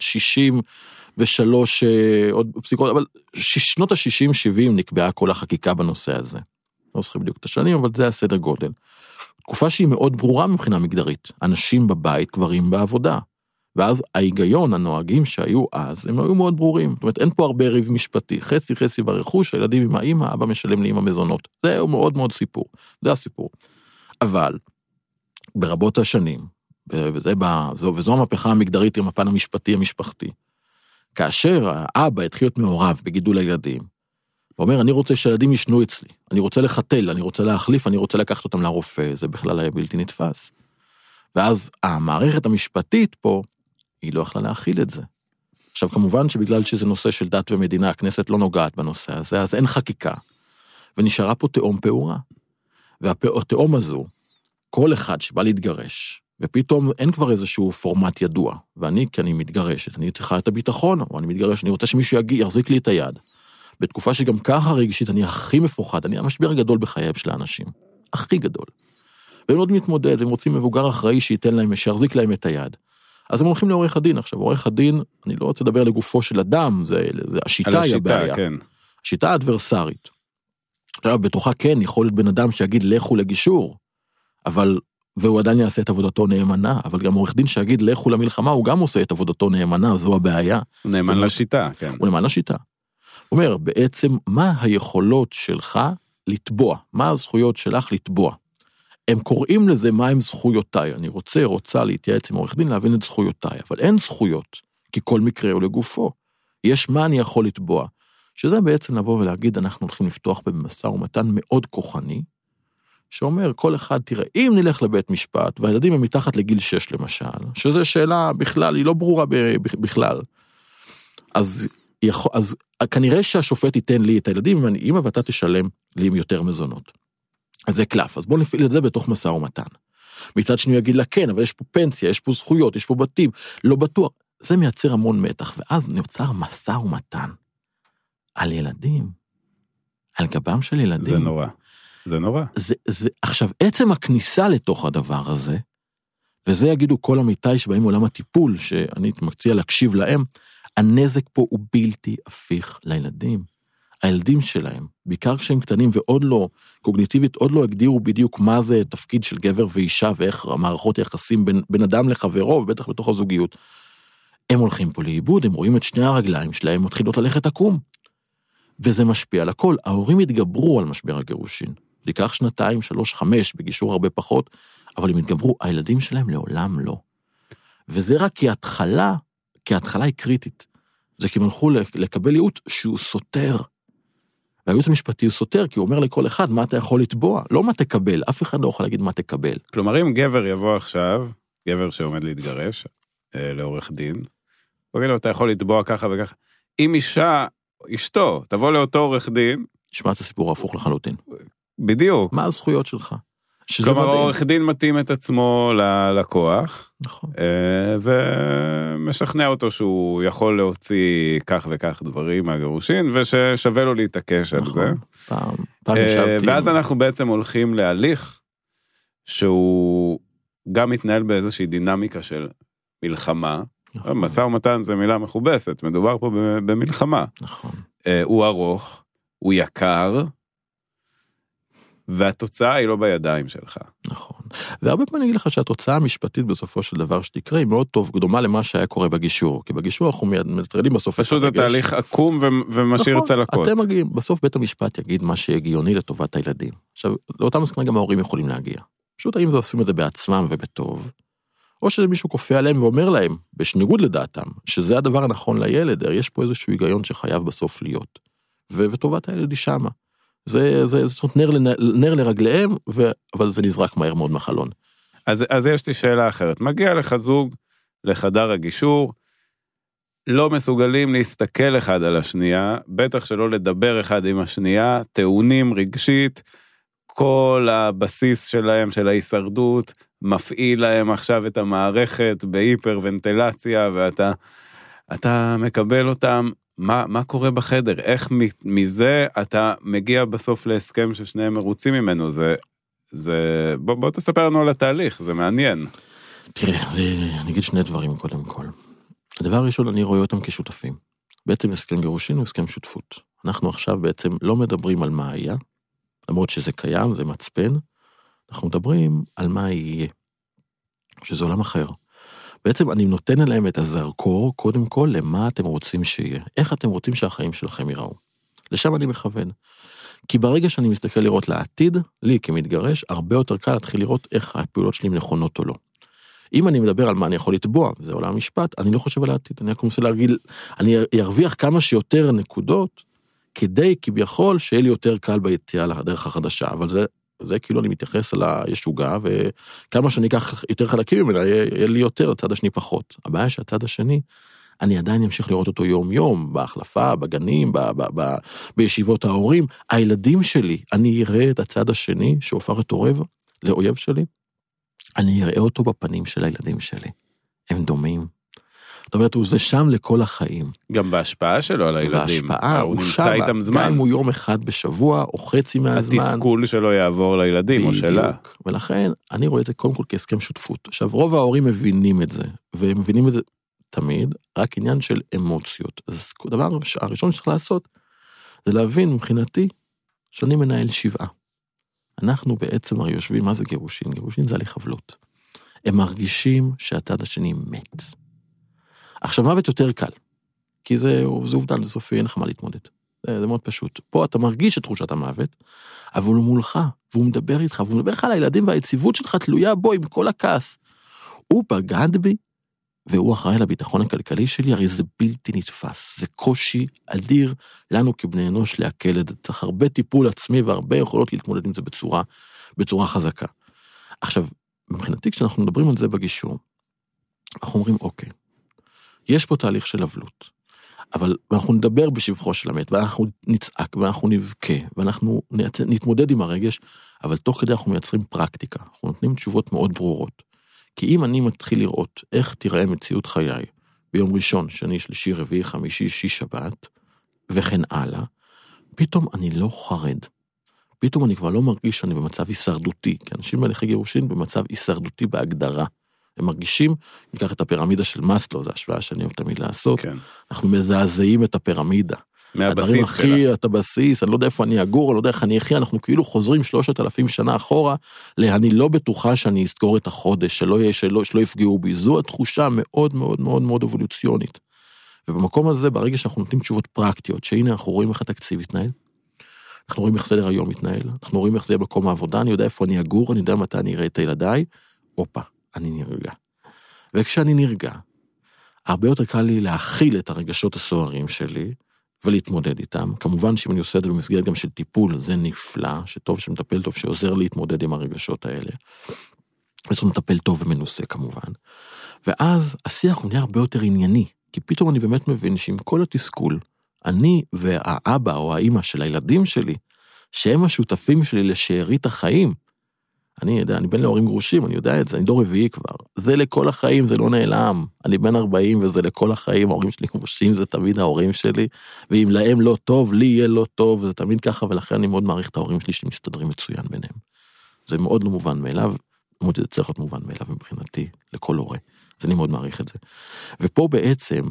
63, עוד פסיקות, אבל שנות ה-60-70 נקבעה כל החקיקה בנושא הזה. לא זוכר בדיוק את השנים, אבל זה הסדר גודל. תקופה שהיא מאוד ברורה מבחינה מגדרית. אנשים בבית, גברים בעבודה. ואז ההיגיון, הנוהגים שהיו אז, הם היו מאוד ברורים. זאת אומרת, אין פה הרבה ריב משפטי. חצי ברכוש, הילדים עם האמא, אבא משלם לי עם המזונות. זה מאוד מאוד סיפור. זה הסיפור. אבל ברבות השנים, וזו המהפכה המגדרית עם הפן המשפטי המשפחתי, כאשר האבא התחיל להיות מעורב בגידול הילדים, ואומר, אני רוצה שילדים ישנו אצלי, אני רוצה לחתל, אני רוצה להחליף, אני רוצה לקחת אותם לרופא, זה בכלל היה בלתי נתפס. ואז המערכת המשפטית פה, היא לא יכלה להכיל את זה. עכשיו, כמובן שבגלל שזה נושא של דת ומדינה, הכנסת לא נוגעת בנושא הזה, אז אין חקיקה, ונשארה פה תאום פעורה. והתאום הזו, כל אחד שבא להתגרש, ופתאום אין כבר איזשהו פורמט ידוע, ואני, כי אני מתגרשת, אני צריכה את הביטחון, או אני מתגרש, אני רוצה שמישהו יחזיק לי את היד. בתקופה שגם ככה רגשית, אני הכי מפוחד, אני המשבר הגדול בחייהם של האנשים, הכי גדול. והם עוד מתמודד, הם רוצים מבוגר אחראי שייתן להם, שיחזיק להם את היד. אז הם הולכים לעורך הדין. עכשיו, עורך הדין, אני לא רוצה לדבר לגופו של אדם, זה השיטה היא הבעיה. כן. השיטה האדברסרית. עכשיו, בתוכה כן, יכול להיות בן אדם שיגיד, לכו לגישור, אבל, והוא עדיין יעשה את עבודתו נאמנה, אבל גם עורך דין שיגיד, לכו למלחמה, הוא גם עושה את עבודתו נאמנה, זו הבעיה. הוא נאמן לשיטה, כן. הוא נאמן לשיטה. הוא אומר, בעצם, מה היכולות שלך לתבוע? מה הזכויות שלך לתבוע? הם קוראים לזה מה הם זכויותיי. אני רוצה להתייעץ עם עורך דין, להבין את זכויותיי, אבל אין זכויות, כי כל מקרה הוא לגופו. יש מה אני יכול לתבוע. שזה בעצם לבוא ולהגיד, אנחנו הולכים לפתוח במשא ומתן מאוד כוחני, שאומר, כל אחד, תראה, אם נלך לבית משפט, והילדים הם מתחת לגיל 6 למשל, שזו שאלה בכלל, היא לא ברורה בכלל, אז כנראה שהשופט ייתן לי את הילדים, אם ואתה תשלם לי עם יותר מזונות. אז זה קלף, אז בואו נפעיל את זה בתוך משא ומתן. מצד שני יגיד לה, כן, אבל יש פה פנסיה, יש פה זכויות, יש פה בתים, לא בטוח. זה מייצר המון מתח, ואז נוצר משא ומתן. על ילדים, על גבם של ילדים. זה נורא, זה נורא. עכשיו, עצם הכניסה לתוך הדבר הזה, וזה יגידו כל עמיתי שבאים מעולם הטיפול, שאני מציע להקשיב להם, הנזק פה הוא בלתי הפיך לילדים. הילדים שלהם, בעיקר כשהם קטנים ועוד לא, קוגניטיבית, עוד לא הגדירו בדיוק מה זה תפקיד של גבר ואישה, ואיך המערכות יחסים בין אדם לחברו, ובטח בתוך הזוגיות. הם הולכים פה לאיבוד, הם רואים את שני הרגליים שלהם, מתחילות ללכת עקום. וזה משפיע על הכל. ההורים התגברו על משבר הגירושין. תיקח 2, 3, 5, בגישור הרבה פחות, אבל הם התגברו, הילדים שלהם לעולם לא. וזה רק כי ההתחלה היא קריטית. זה כי הם הלכו לקבל ייעוץ שהוא סותר. והייעוץ המשפטי הוא סותר, כי הוא אומר לכל אחד מה אתה יכול לתבוע, לא מה תקבל, אף אחד לא יכול להגיד מה תקבל. כלומר, אם גבר יבוא עכשיו, גבר שעומד להתגרש, לעורך דין, הוא יגיד לו, אתה יכול לתבוע ככה וככה. אם אשתו, תבוא לאותו עורך דין. שמע את הסיפור ההפוך לחלוטין. בדיוק. מה הזכויות שלך? כלומר, עורך דין מתאים את עצמו ללקוח, נכון. ומשכנע אותו שהוא יכול להוציא כך וכך דברים מהגירושין, וששווה לו להתעקש על זה. פעם ישבתי. ואז אנחנו בעצם הולכים להליך, שהוא גם מתנהל באיזושהי דינמיקה של מלחמה, משא ומתן זה מילה מכובסת, מדובר פה במלחמה. נכון. הוא ארוך, הוא יקר, והתוצאה היא לא בידיים שלך. נכון. והרבה פעמים אני אגיד לך שהתוצאה המשפטית בסופו של דבר שתקרה היא מאוד טוב, דומה למה שהיה קורה בגישור, כי בגישור אנחנו מטרדים בסוף פשוט התהליך עקום ומשאיר צלקות. אתם מגיעים, בסוף בית המשפט יגיד מה שהגיוני לטובת הילדים. עכשיו, לאותם מסקנה גם ההורים יכולים להגיע. פשוט האם זה עושים את זה בעצמם ובטוב, או שמישהו כופה עליהם ואומר להם, בשניגוד לדעתם, שזה הדבר הנכון לילד, יש פה איזשהו היגיון שחייב בסוף להיות. וטובת הילד היא שמה. זה נר לרגליהם, אבל זה נזרק מהר מאוד מחלון. אז יש לי שאלה אחרת. מגיע לך זוג לחדר הגישור, לא מסוגלים להסתכל אחד על השנייה, בטח שלא לדבר אחד עם השנייה, טעונים רגשית, כל הבסיס שלהם, של ההישרדות, מפעיל להם עכשיו את המערכת בהיפרוונטילציה, ואתה מקבל אותם, מה קורה בחדר? איך מזה אתה מגיע בסוף להסכם ששניהם מרוצים ממנו? בוא תספר לנו על התהליך, זה מעניין. תראה, אני אגיד שני דברים קודם כל. הדבר הראשון, אני רואה אותם כשותפים. בעצם הסכם גירושין הוא הסכם שותפות. אנחנו עכשיו בעצם לא מדברים על מה היה, למרות שזה קיים, זה מצפן, אנחנו מדברים על מה יהיה, שזה עולם אחר. בעצם אני נותן להם את הזרקור, קודם כל, למה אתם רוצים שיהיה. איך אתם רוצים שהחיים שלכם ייראו. לשם אני מכוון. כי ברגע שאני מסתכל לראות לעתיד, לי כמתגרש, הרבה יותר קל להתחיל לראות איך הפעולות שלי נכונות או לא. אם אני מדבר על מה אני יכול לתבוע, זה עולם המשפט, אני לא חושב על העתיד. אני רק מנסה להגיד, אני ארוויח כמה שיותר נקודות, כדי כביכול שיהיה לי יותר קל ביציאה לדרך החדשה, אבל זה כאילו אני מתייחס על הישוגה, וכמה שאני אקח יותר חלקים ממנה, יהיה לי יותר, הצד השני פחות. הבעיה שהצד השני, אני עדיין אמשיך לראות אותו יום-יום, בהחלפה, בגנים, בישיבות ההורים. הילדים שלי, אני אראה את הצד השני, שהופך את לאויב שלי, אני אראה אותו בפנים של הילדים שלי. הם דומים. זאת אומרת, זה שם לכל החיים. גם בהשפעה שלו על הילדים. בהשפעה, הוא נמצא איתם זמן. גם אם הוא יום אחד בשבוע, או חצי מהזמן. התסכול שלו יעבור לילדים, או שלה. ולכן, אני רואה את זה קודם כל כהסכם שותפות. עכשיו, רוב ההורים מבינים את זה, והם מבינים את זה תמיד, רק עניין של אמוציות. אז הדבר הראשון שצריך לעשות, זה להבין מבחינתי, שאני מנהל 7. אנחנו בעצם הרי יושבים, מה זה גירושין? גירושין זה הליך אבלות. הם מרגישים שהצד השני מת. עכשיו מוות יותר קל, כי זה עובדה לסופי, אין לך מה להתמודד. זה מאוד פשוט. פה אתה מרגיש את תחושת המוות, אבל הוא מולך, והוא מדבר איתך, והוא מדבר לך על הילדים, והיציבות שלך תלויה בו עם כל הכעס. הוא בגד בי, והוא אחראי לביטחון הכלכלי שלי, הרי זה בלתי נתפס. זה קושי אדיר לנו כבני אנוש להקל את זה. צריך הרבה טיפול עצמי, והרבה יכולות להתמודד עם זה בצורה חזקה. עכשיו, מבחינתי, כשאנחנו מדברים על זה בגישור, אנחנו אומרים, אוקיי, יש פה תהליך של אבלות, אבל אנחנו נדבר בשבחו של המת, ואנחנו נצעק, ואנחנו נבכה, ואנחנו נתמודד עם הרגש, אבל תוך כדי אנחנו מייצרים פרקטיקה, אנחנו נותנים תשובות מאוד ברורות. כי אם אני מתחיל לראות איך תיראה מציאות חיי, ביום ראשון, שני, שלישי, רביעי, חמישי, שיש, שבת, וכן הלאה, פתאום אני לא חרד. פתאום אני כבר לא מרגיש שאני במצב הישרדותי, כי אנשים בהליכי גירושין במצב הישרדותי בהגדרה. הם מרגישים, ניקח את הפירמידה של מאסלו, זו השוואה שאני אוהב תמיד לעשות, כן. אנחנו מזעזעים את הפירמידה. מהבסיס שלה. את הבסיס, אני לא יודע איפה אני אגור, אני לא יודע איך אני אחיה, אנחנו כאילו חוזרים 3,000 שנה אחורה, אני לא בטוחה שאני אסגור את החודש, שלא יפגעו בי, זו התחושה מאוד מאוד מאוד מאוד אבולוציונית. ובמקום הזה, ברגע שאנחנו נותנים תשובות פרקטיות, שהנה אנחנו רואים איך התקציב מתנהל, אנחנו רואים איך סדר היום מתנהל, אנחנו רואים איך זה יהיה מקום העבודה, אני יודע איפה אני אגור, אני יודע מתי אני אראה את ילדיי, אופה, אני נרגע. וכשאני נרגע, הרבה יותר קל לי להכיל את הרגשות הסוערים שלי, ולהתמודד איתם. כמובן שאם אני עושה את זה במסגרת גם של טיפול, זה נפלא, שטוב שמטפל טוב, שעוזר להתמודד עם הרגשות האלה. וצריך מטפל טוב ומנוסה כמובן. ואז השיח הוא נהיה הרבה יותר ענייני, כי פתאום אני באמת מבין שעם כל התסכול, אני והאבא או האמא של הילדים שלי, שהם השותפים שלי לשארית החיים, אני יודע, אני בן להורים גרושים, אני יודע את זה, אני דור רביעי כבר. זה לכל החיים, זה לא נעלם. אני בן 40 וזה לכל החיים, ההורים שלי גרושים, זה תמיד ההורים שלי, ואם להם לא טוב, לי יהיה לא טוב, וזה תמיד ככה, ולכן אני מאוד מעריך את ההורים שלי שמסתדרים מצוין ביניהם. זה מאוד לא מובן מאליו, למרות שזה צריך להיות מובן מאליו מבחינתי, לכל הורה. אז אני מאוד מעריך את זה. ופה בעצם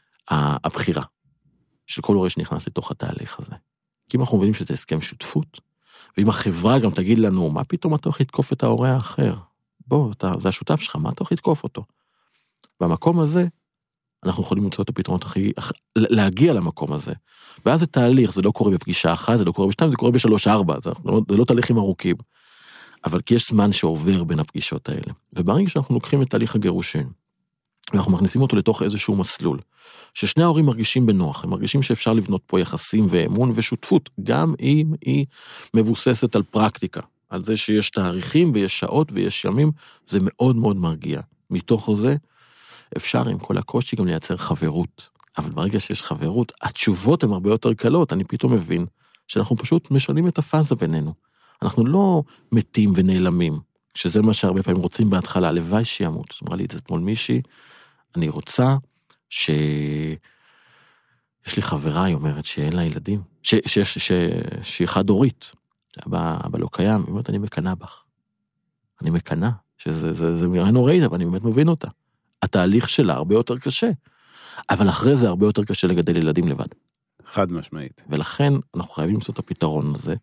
הבחירה של כל הורה שנכנס לתוך התהליך הזה. כי אם אנחנו מבינים שזה הסכם שותפות, ואם החברה גם תגיד לנו, מה פתאום אתה הולך לתקוף את ההורה האחר? בוא, זה השותף שלך, מה אתה הולך לתקוף אותו? במקום הזה, אנחנו יכולים למצוא את הפתרונות להגיע למקום הזה. ואז זה תהליך, זה לא קורה בפגישה אחת, זה לא קורה בשתיים, זה קורה ב3-4, זה לא תהליכים ארוכים. אבל כי יש זמן שעובר בין הפגישות האלה. וברגע שאנחנו לוקחים את תהליך הגירושין, ואנחנו מכניסים אותו לתוך איזשהו מסלול, ששני ההורים מרגישים בנוח, הם מרגישים שאפשר לבנות פה יחסים ואמון ושותפות, גם אם היא מבוססת על פרקטיקה, על זה שיש תאריכים ויש שעות ויש ימים, זה מאוד מאוד מרגיע. מתוך זה אפשר עם כל הקושי גם לייצר חברות, אבל ברגע שיש חברות, התשובות הן הרבה יותר קלות, אני פתאום מבין שאנחנו פשוט משנים את הפאזה בינינו. אנחנו לא מתים ונעלמים, שזה מה שהרבה פעמים רוצים בהתחלה, הלוואי שימות. זאת אומרת לי את זה אתמול מישהי, אני רוצה יש לי חברה, היא אומרת שאין לה ילדים, שהיא חד הורית, אבא לא קיים, היא אומרת, אני מקנה בך. אני מקנה, שזה מירה נוראית, אבל אני באמת מבין אותה. התהליך שלה הרבה יותר קשה, אבל אחרי זה הרבה יותר קשה לגדל ילדים לבד. חד משמעית. ולכן אנחנו חייבים למצוא את הפתרון הזה,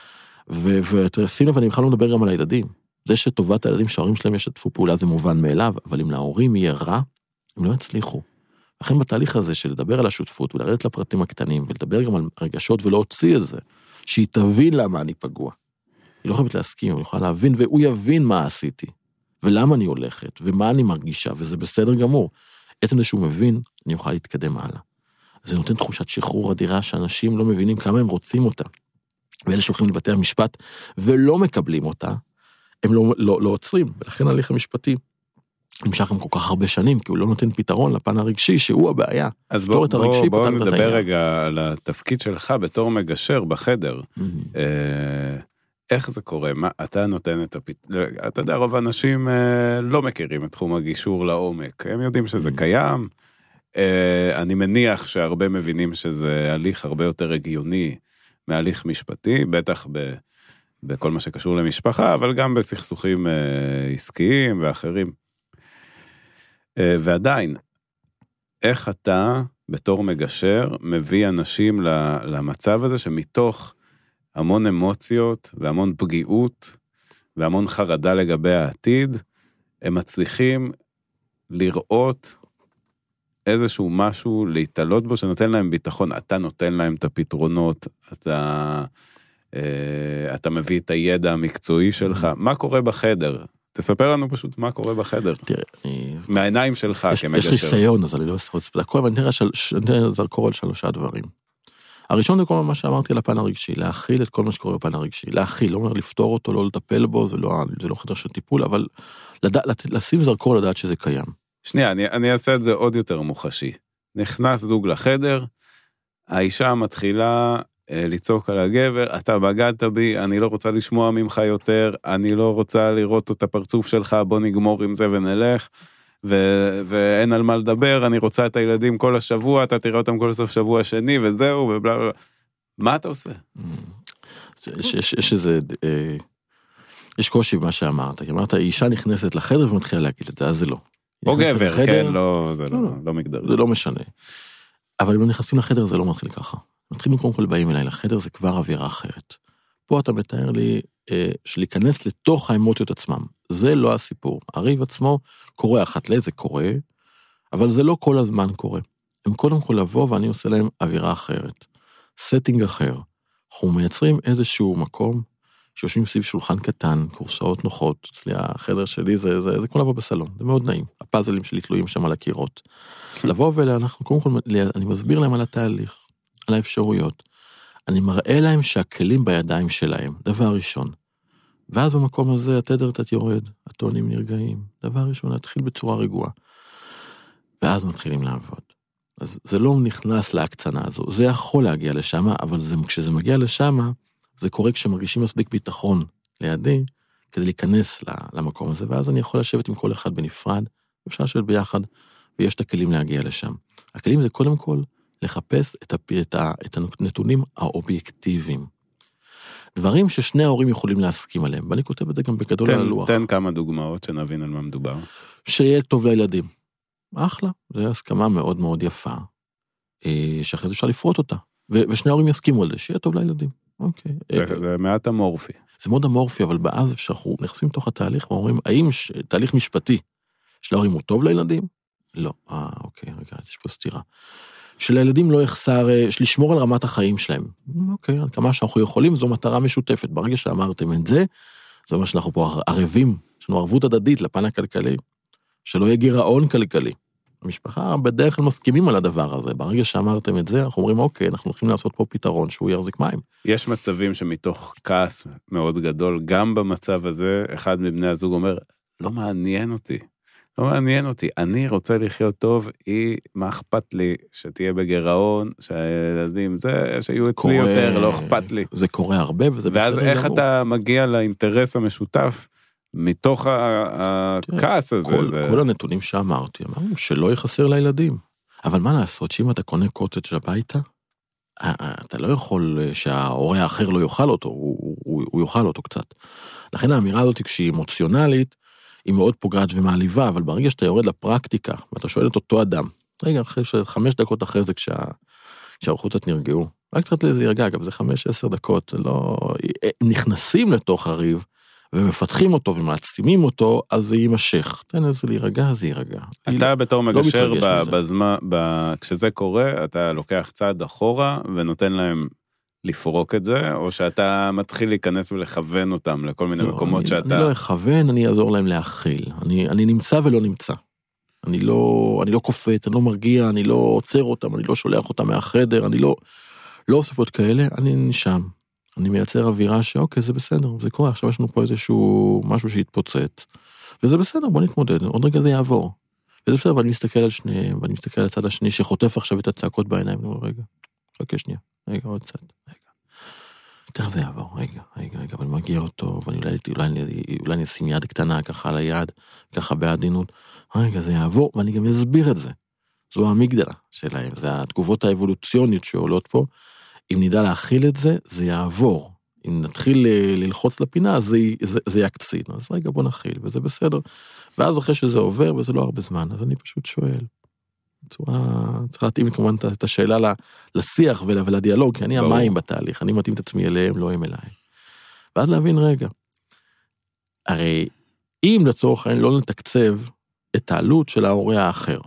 ותשים לב, אני בכלל לא מדבר גם על הילדים. זה שטובת הילדים שההורים שלהם ישתפו פעולה זה מובן מאליו, אבל אם להורים יהיה רע, הם לא יצליחו. לכן בתהליך הזה של לדבר על השותפות, ולרדת לפרטים הקטנים, ולדבר גם על רגשות ולהוציא את זה, שהיא תבין למה אני פגוע. היא לא חייבת להסכים, היא יכולה להבין, והוא יבין מה עשיתי, ולמה אני הולכת, ומה אני מרגישה, וזה בסדר גמור. עצם זה שהוא מבין, אני אוכל להתקדם הלאה. זה נותן תחושת שחרור אדירה, שאנשים לא מבינים כמה הם רוצים אותה. ואלה שהולכים לבתי המשפט, ולא מקבלים אותה, הם לא עוצרים, ולכן ההליך המשפטי נמשך גם כל כך הרבה שנים, כי הוא לא נותן פתרון לפן הרגשי, שהוא הבעיה. אז בואו נדבר רגע על התפקיד שלך בתור מגשר בחדר. איך זה קורה? אתה נותן את אתה יודע, רוב האנשים לא מכירים את תחום הגישור לעומק. הם יודעים שזה קיים. אני מניח שהרבה מבינים שזה הליך הרבה יותר הגיוני מהליך משפטי, בטח בכל מה שקשור למשפחה, אבל גם בסכסוכים עסקיים ואחרים. ועדיין, איך אתה בתור מגשר מביא אנשים למצב הזה שמתוך המון אמוציות והמון פגיעות והמון חרדה לגבי העתיד, הם מצליחים לראות איזשהו משהו להתעלות בו שנותן להם ביטחון, אתה נותן להם את הפתרונות, אתה מביא את הידע המקצועי שלך, מה קורה בחדר? תספר לנו פשוט מה קורה בחדר. תראה, מהעיניים שלך כמגשר. יש לי סיון, אז אני לא אספר את זה. הכל, אבל נראה זרקור על 3 דברים. הראשון זה כל מה שאמרתי על הפן הרגשי, להכיל את כל מה שקורה בפן הרגשי. להכיל, לא אומר לפתור אותו, לא לטפל בו, זה לא חדר של טיפול, אבל לשים זרקור לדעת שזה קיים. שנייה, אני אעשה את זה עוד יותר מוחשי. נכנס זוג לחדר, האישה מתחילה לצעוק על הגבר, אתה בגדת בי, אני לא רוצה לשמוע ממך יותר, אני לא רוצה לראות את הפרצוף שלך, בוא נגמור עם זה ונלך, ואין על מה לדבר, אני רוצה את הילדים כל השבוע, אתה תראה אותם כל סוף שבוע שני, וזהו, ובלה בלה. מה אתה עושה? יש איזה, יש קושי במה שאמרת, כי אמרת, האישה נכנסת לחדר ומתחילה להגיד את זה, אז זה לא. או גבר, כן, זה לא מגדר. זה לא משנה. אבל אם נכנסים לחדר זה לא מתחיל ככה. מתחילים קודם כל באים אליי לחדר, זה כבר אווירה אחרת. פה אתה מתאר לי שלהיכנס לתוך האמוציות עצמם. זה לא הסיפור. הריב עצמו קורה אחת לזה קורה, אבל זה לא כל הזמן קורה. הם קודם כל לבוא ואני עושה להם אווירה אחרת. סטינג אחר. אנחנו מייצרים איזשהו מקום שיושבים סביב שולחן קטן, קורסאות נוחות, אצלי החדר שלי זה כמו לבוא בסלון, זה מאוד נעים. הפאזלים שלי תלויים שם על הקירות. לבוא ואנחנו קודם כל, אני מסביר להם על התהליך, על האפשרויות. אני מראה להם שהכלים בידיים שלהם, דבר ראשון. ואז במקום הזה התדר קצת יורד, הטונים נרגעים. דבר ראשון, להתחיל בצורה רגועה. ואז מתחילים לעבוד. אז זה לא נכנס להקצנה הזו, זה יכול להגיע לשם, אבל כשזה מגיע לשם, זה קורה כשמרגישים מספיק ביטחון לידי, כדי להיכנס למקום הזה, ואז אני יכול לשבת עם כל אחד בנפרד, אפשר לשבת ביחד, ויש את הכלים להגיע לשם. הכלים זה קודם כל לחפש את הנתונים האובייקטיביים. דברים ששני ההורים יכולים להסכים עליהם, ואני כותב את זה גם בגדול על הלוח. תן כמה דוגמאות שנבין על מה מדובר. שיהיה טוב לילדים. אחלה, זו הסכמה מאוד מאוד יפה, שאחרי זה אפשר לפרוט אותה, ושני ההורים יסכימו על זה, שיהיה טוב לילדים. אוקיי. זה מעט אמורפי. זה מאוד אמורפי, אבל באז שאנחנו נכנסים תוך התהליך, ואומרים, האם תהליך משפטי של ההורים הוא טוב לילדים? לא. אוקיי, רגע, יש פה סתירה. שלילדים לא יחסר, לשמור על רמת החיים שלהם. אוקיי, על כמה שאנחנו יכולים, זו מטרה משותפת. ברגע שאמרתם את זה, זה אומר שאנחנו פה ערבים, יש לנו ערבות הדדית לפן הכלכלי, שלא יהיה גירעון כלכלי. המשפחה בדרך כלל מסכימים על הדבר הזה, ברגע שאמרתם את זה, אנחנו אומרים, אוקיי, אנחנו הולכים לעשות פה פתרון שהוא יחזיק מים. יש מצבים שמתוך כעס מאוד גדול, גם במצב הזה, אחד מבני הזוג אומר, לא מעניין אותי, לא מעניין אותי, אני רוצה לחיות טוב, מה אכפת לי שתהיה בגירעון, שהילדים זה, שיהיו אצלי יותר, לא אכפת לי. זה קורה הרבה, וזה בסדר ואז איך אתה מגיע לאינטרס המשותף, מתוך הכעס הזה. כל הנתונים שאמרתי, אמרנו שלא יחסר לילדים. אבל מה לעשות, שאם אתה קונה קוטג' הביתה, אתה לא יכול שההורה האחר לא יאכל אותו, הוא יאכל אותו קצת. לכן האמירה הזאת, כשהיא אמוציונלית, היא מאוד פוגעת ומעליבה, אבל ברגע שאתה יורד לפרקטיקה, ואתה שואל את אותו אדם, רגע, 5 דקות אחרי זה, כשהאורחות קצת נרגעו, רק קצת להירגע, אגב, זה 5-10 דקות, לא... נכנסים לתוך הריב, ומפתחים אותו ומעצימים אותו, אז זה יימשך. תן לזה להירגע, זה יירגע. אתה בתור מגשר בזמן, כשזה קורה, אתה לוקח צעד אחורה, ונותן להם לפרוק את זה, או שאתה מתחיל להיכנס ולכוון אותם לכל מיני מקומות שאתה... אני לא אכוון, אני אעזור להם להכיל. אני נמצא ולא נמצא. אני לא קופט, אני לא מרגיע, אני לא עוצר אותם, אני לא שולח אותם מהחדר, אני לא עושה פה את כאלה, אני נשם. אני מייצר אווירה שאוקיי, זה בסדר, זה קורה, עכשיו יש לנו פה איזשהו משהו שהתפוצץ, וזה בסדר, בוא נתמודד, עוד רגע זה יעבור. וזה בסדר, ואני מסתכל על שניהם, ואני מסתכל על הצד השני שחוטף עכשיו את הצעקות בעיניים, ואני אומר, רגע, חכה שנייה, רגע, עוד צד, רגע. תכף זה יעבור, רגע, ואני מגיע אותו, ואני אולי אשים יד קטנה ככה על היד, ככה בעדינות, רגע, זה יעבור, ואני גם אסביר את זה. זו המגדלה שלהם, זה התגובות האבולוציוניות שעולות פה, אם נדע להכיל את זה, זה יעבור. אם נתחיל ללחוץ לפינה, זה יקצין. אז רגע, בוא נכיל, וזה בסדר. ואז אחרי שזה עובר, וזה לא הרבה זמן, אז אני פשוט שואל. צריך להתאים כמובן את השאלה לשיח ולדיאלוג, כי אני המים בתהליך, אני מתאים את עצמי אליהם, לא הם אליי. ואז להבין רגע. הרי אם לצורך העניין לא נתקצב את העלות של ההורה האחר,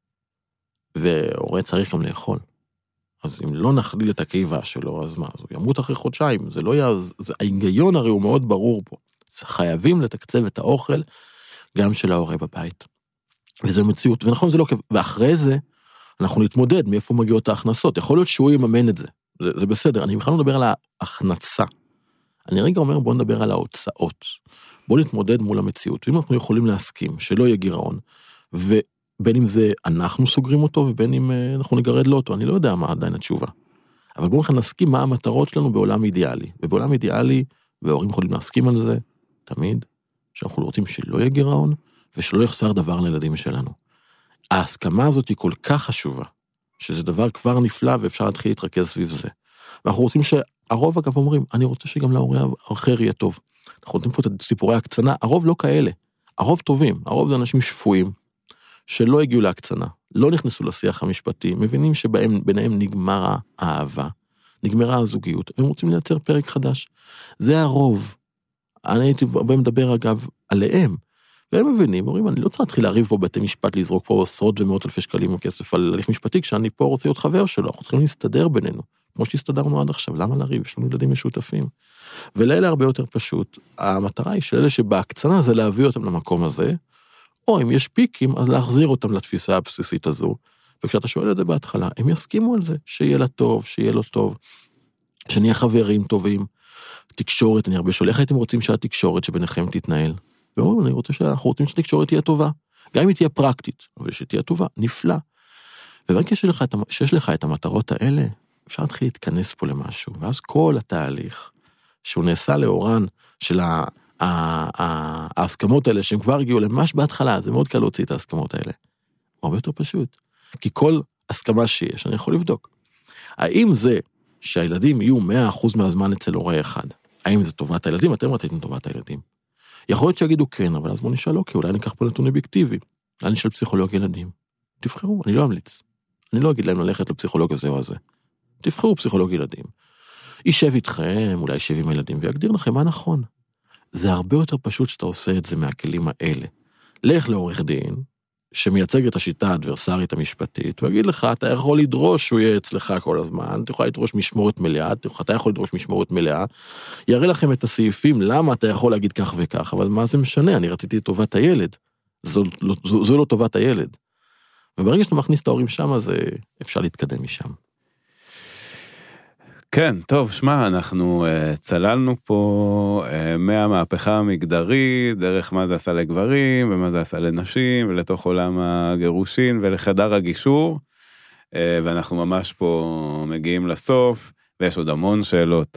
וההורה צריך גם לאכול, אז אם לא נחליל את הקיבה שלו, אז מה? אז הוא ימות אחרי חודשיים. זה לא ההיגיון הרי הוא מאוד ברור פה. חייבים לתקצב את האוכל גם של ההורה בבית. וזו מציאות. ונכון, זה לא... ואחרי זה, אנחנו נתמודד מאיפה מגיעות ההכנסות. יכול להיות שהוא יממן את זה. זה בסדר. אני בכלל לא מדבר על ההכנסה. אני רגע אומר, בוא נדבר על ההוצאות. בוא נתמודד מול המציאות. ואם אנחנו יכולים להסכים שלא יהיה גירעון, בין אם זה אנחנו סוגרים אותו, ובין אם אנחנו נגרד לו אותו, אני לא יודע מה עדיין התשובה. אבל בואו נסכים מה המטרות שלנו בעולם אידיאלי. ובעולם אידיאלי, וההורים יכולים להסכים על זה, תמיד, שאנחנו רוצים שלא יהיה גירעון, ושלא יחסר דבר לילדים שלנו. ההסכמה הזאת היא כל כך חשובה, שזה דבר כבר נפלא, ואפשר להתחיל להתרכז סביב זה. ואנחנו רוצים שהרוב אגב אומרים, אני רוצה שגם להורה האחר יהיה טוב. אנחנו רוצים פה את סיפורי הקצנה, הרוב לא כאלה. הרוב טובים, הרוב זה אנשים שפויים, שלא הגיעו להקצנה, לא נכנסו לשיח המשפטי, מבינים שביניהם נגמרה האהבה, נגמרה הזוגיות, והם רוצים לייצר פרק חדש. זה הרוב. אני הייתי מדבר אגב עליהם, והם מבינים, אומרים, אני לא צריך להתחיל להריב פה בתי משפט, לזרוק פה עשרות ומאות אלפי שקלים כסף על הליך משפטי, כשאני פה רוצה להיות חבר שלו, אנחנו צריכים להסתדר בינינו, כמו שהסתדרנו עד עכשיו, למה להריב? יש לנו ילדים משותפים. ולאלה הרבה יותר פשוט, המטרה היא של אלה שבהקצנה זה להביא אותם למקום הזה, או אם יש פיקים, אז להחזיר אותם לתפיסה הבסיסית הזו, וכשאתה שואל את זה בהתחלה, הם יסכימו על זה, שיהיה לה טוב, שיהיה לו טוב, שנהיה חברים טובים, תקשורת, אני הרבה שואל, איך הייתם רוצים שהתקשורת שביניכם תתנהל? ואומרים, אנחנו רוצים שהתקשורת תהיה טובה, גם אם היא תהיה פרקטית, אבל שתהיה טובה, נפלא. וברגע שיש לך את המטרות האלה, אפשר להתחיל להתכנס פה למשהו, ואז כל התהליך, שהוא נעשה לאורן של ההסכמות האלה, שהם כבר הגיעו למש בהתחלה, זה מאוד קל להוציא את ההסכמות האלה. הוא הרבה יותר פשוט. כי כל הסכמה שיש, אני יכול לבדוק. האם זה שהילדים יהיו 100% מהזמן אצל הורה אחד? האם זה טובת הילדים? אתם רציתם טובת הילדים. יכול להיות שיגידו כן, אבל אז בוא נשאל, אוקיי, אולי ניקח פה נתון אובייקטיבי. אני של פסיכולוג ילדים. תבחרו, אני לא אמליץ. אני לא אגיד להם ללכת לפסיכולוג הזה או הזה. תבחרו פסיכולוג ילדים. יישב איתכם, אולי יישב עם הילדים, ויגדיר לכם מה נכון. זה הרבה יותר פשוט שאתה עושה את זה מהכלים האלה. לך לעורך דין, שמייצג את השיטה האדברסרית המשפטית, הוא יגיד לך, אתה יכול לדרוש שהוא יהיה אצלך כל הזמן, אתה יכול לדרוש משמורת מלאה, אתה יכול לדרוש משמורת מלאה, יראה לכם את הסעיפים, למה אתה יכול להגיד כך וכך, אבל מה זה משנה, אני רציתי את טובת הילד, זו לא טובת הילד. וברגע שאתה מכניס את ההורים שם, אז אפשר להתקדם משם. כן, טוב, שמע, אנחנו צללנו פה מהמהפכה המגדרית, דרך מה זה עשה לגברים, ומה זה עשה לנשים, ולתוך עולם הגירושין, ולחדר הגישור, ואנחנו ממש פה מגיעים לסוף, ויש עוד המון שאלות,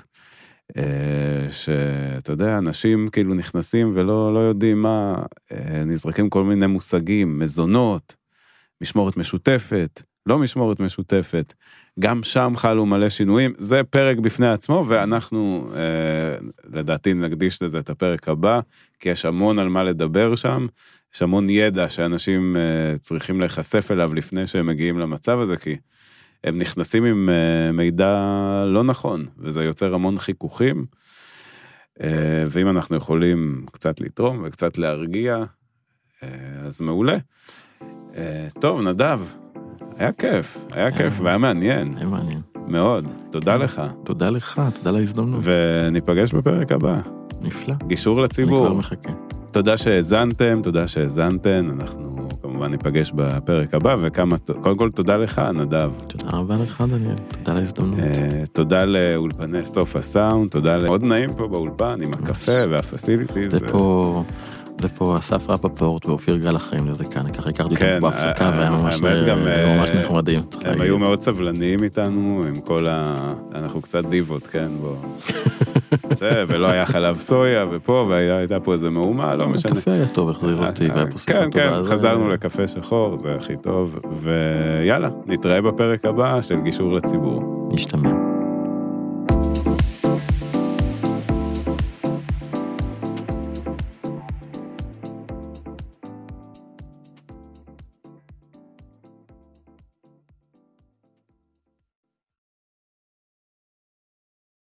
שאתה יודע, אנשים כאילו נכנסים ולא יודעים מה, נזרקים כל מיני מושגים, מזונות, משמורת משותפת, לא משמורת משותפת, גם שם חלו מלא שינויים, זה פרק בפני עצמו, ואנחנו לדעתי נקדיש לזה את הפרק הבא, כי יש המון על מה לדבר שם, יש המון ידע שאנשים צריכים להיחשף אליו לפני שהם מגיעים למצב הזה, כי הם נכנסים עם מידע לא נכון, וזה יוצר המון חיכוכים, ואם אנחנו יכולים קצת לתרום וקצת להרגיע, אז מעולה. טוב, נדב, היה כיף, והיה מעניין. היה מעניין. מאוד, תודה לך. תודה לך, תודה להזדמנות. וניפגש בפרק הבא. נפלא. גישור לציבור. אני כבר מחכה. תודה שהאזנתן, אנחנו כמובן ניפגש בפרק הבא, קודם כל תודה לך, נדב. תודה רבה לך, דניאל, תודה להזדמנות. תודה לאולפני סוף הסאונד, תודה לעוד נעים פה באולפן, עם הקפה והפסיליטיז. זה פה אסף רפפורט ואופיר גל החיים לזה כאן, ככה הכרתי אותם בהפסקה, והיה ממש נחמדים. הם היו מאוד סבלניים איתנו, עם כל אנחנו קצת דיבות, כן, בוא. זה, ולא היה חלב סויה, ופה, והייתה פה איזה מהומה, לא משנה. הקפה היה טוב, החזיר אותי, והיה פה שיחה טובה. כן, חזרנו לקפה שחור, זה הכי טוב, ויאללה, נתראה בפרק הבא של גישור לציבור. נשתמע.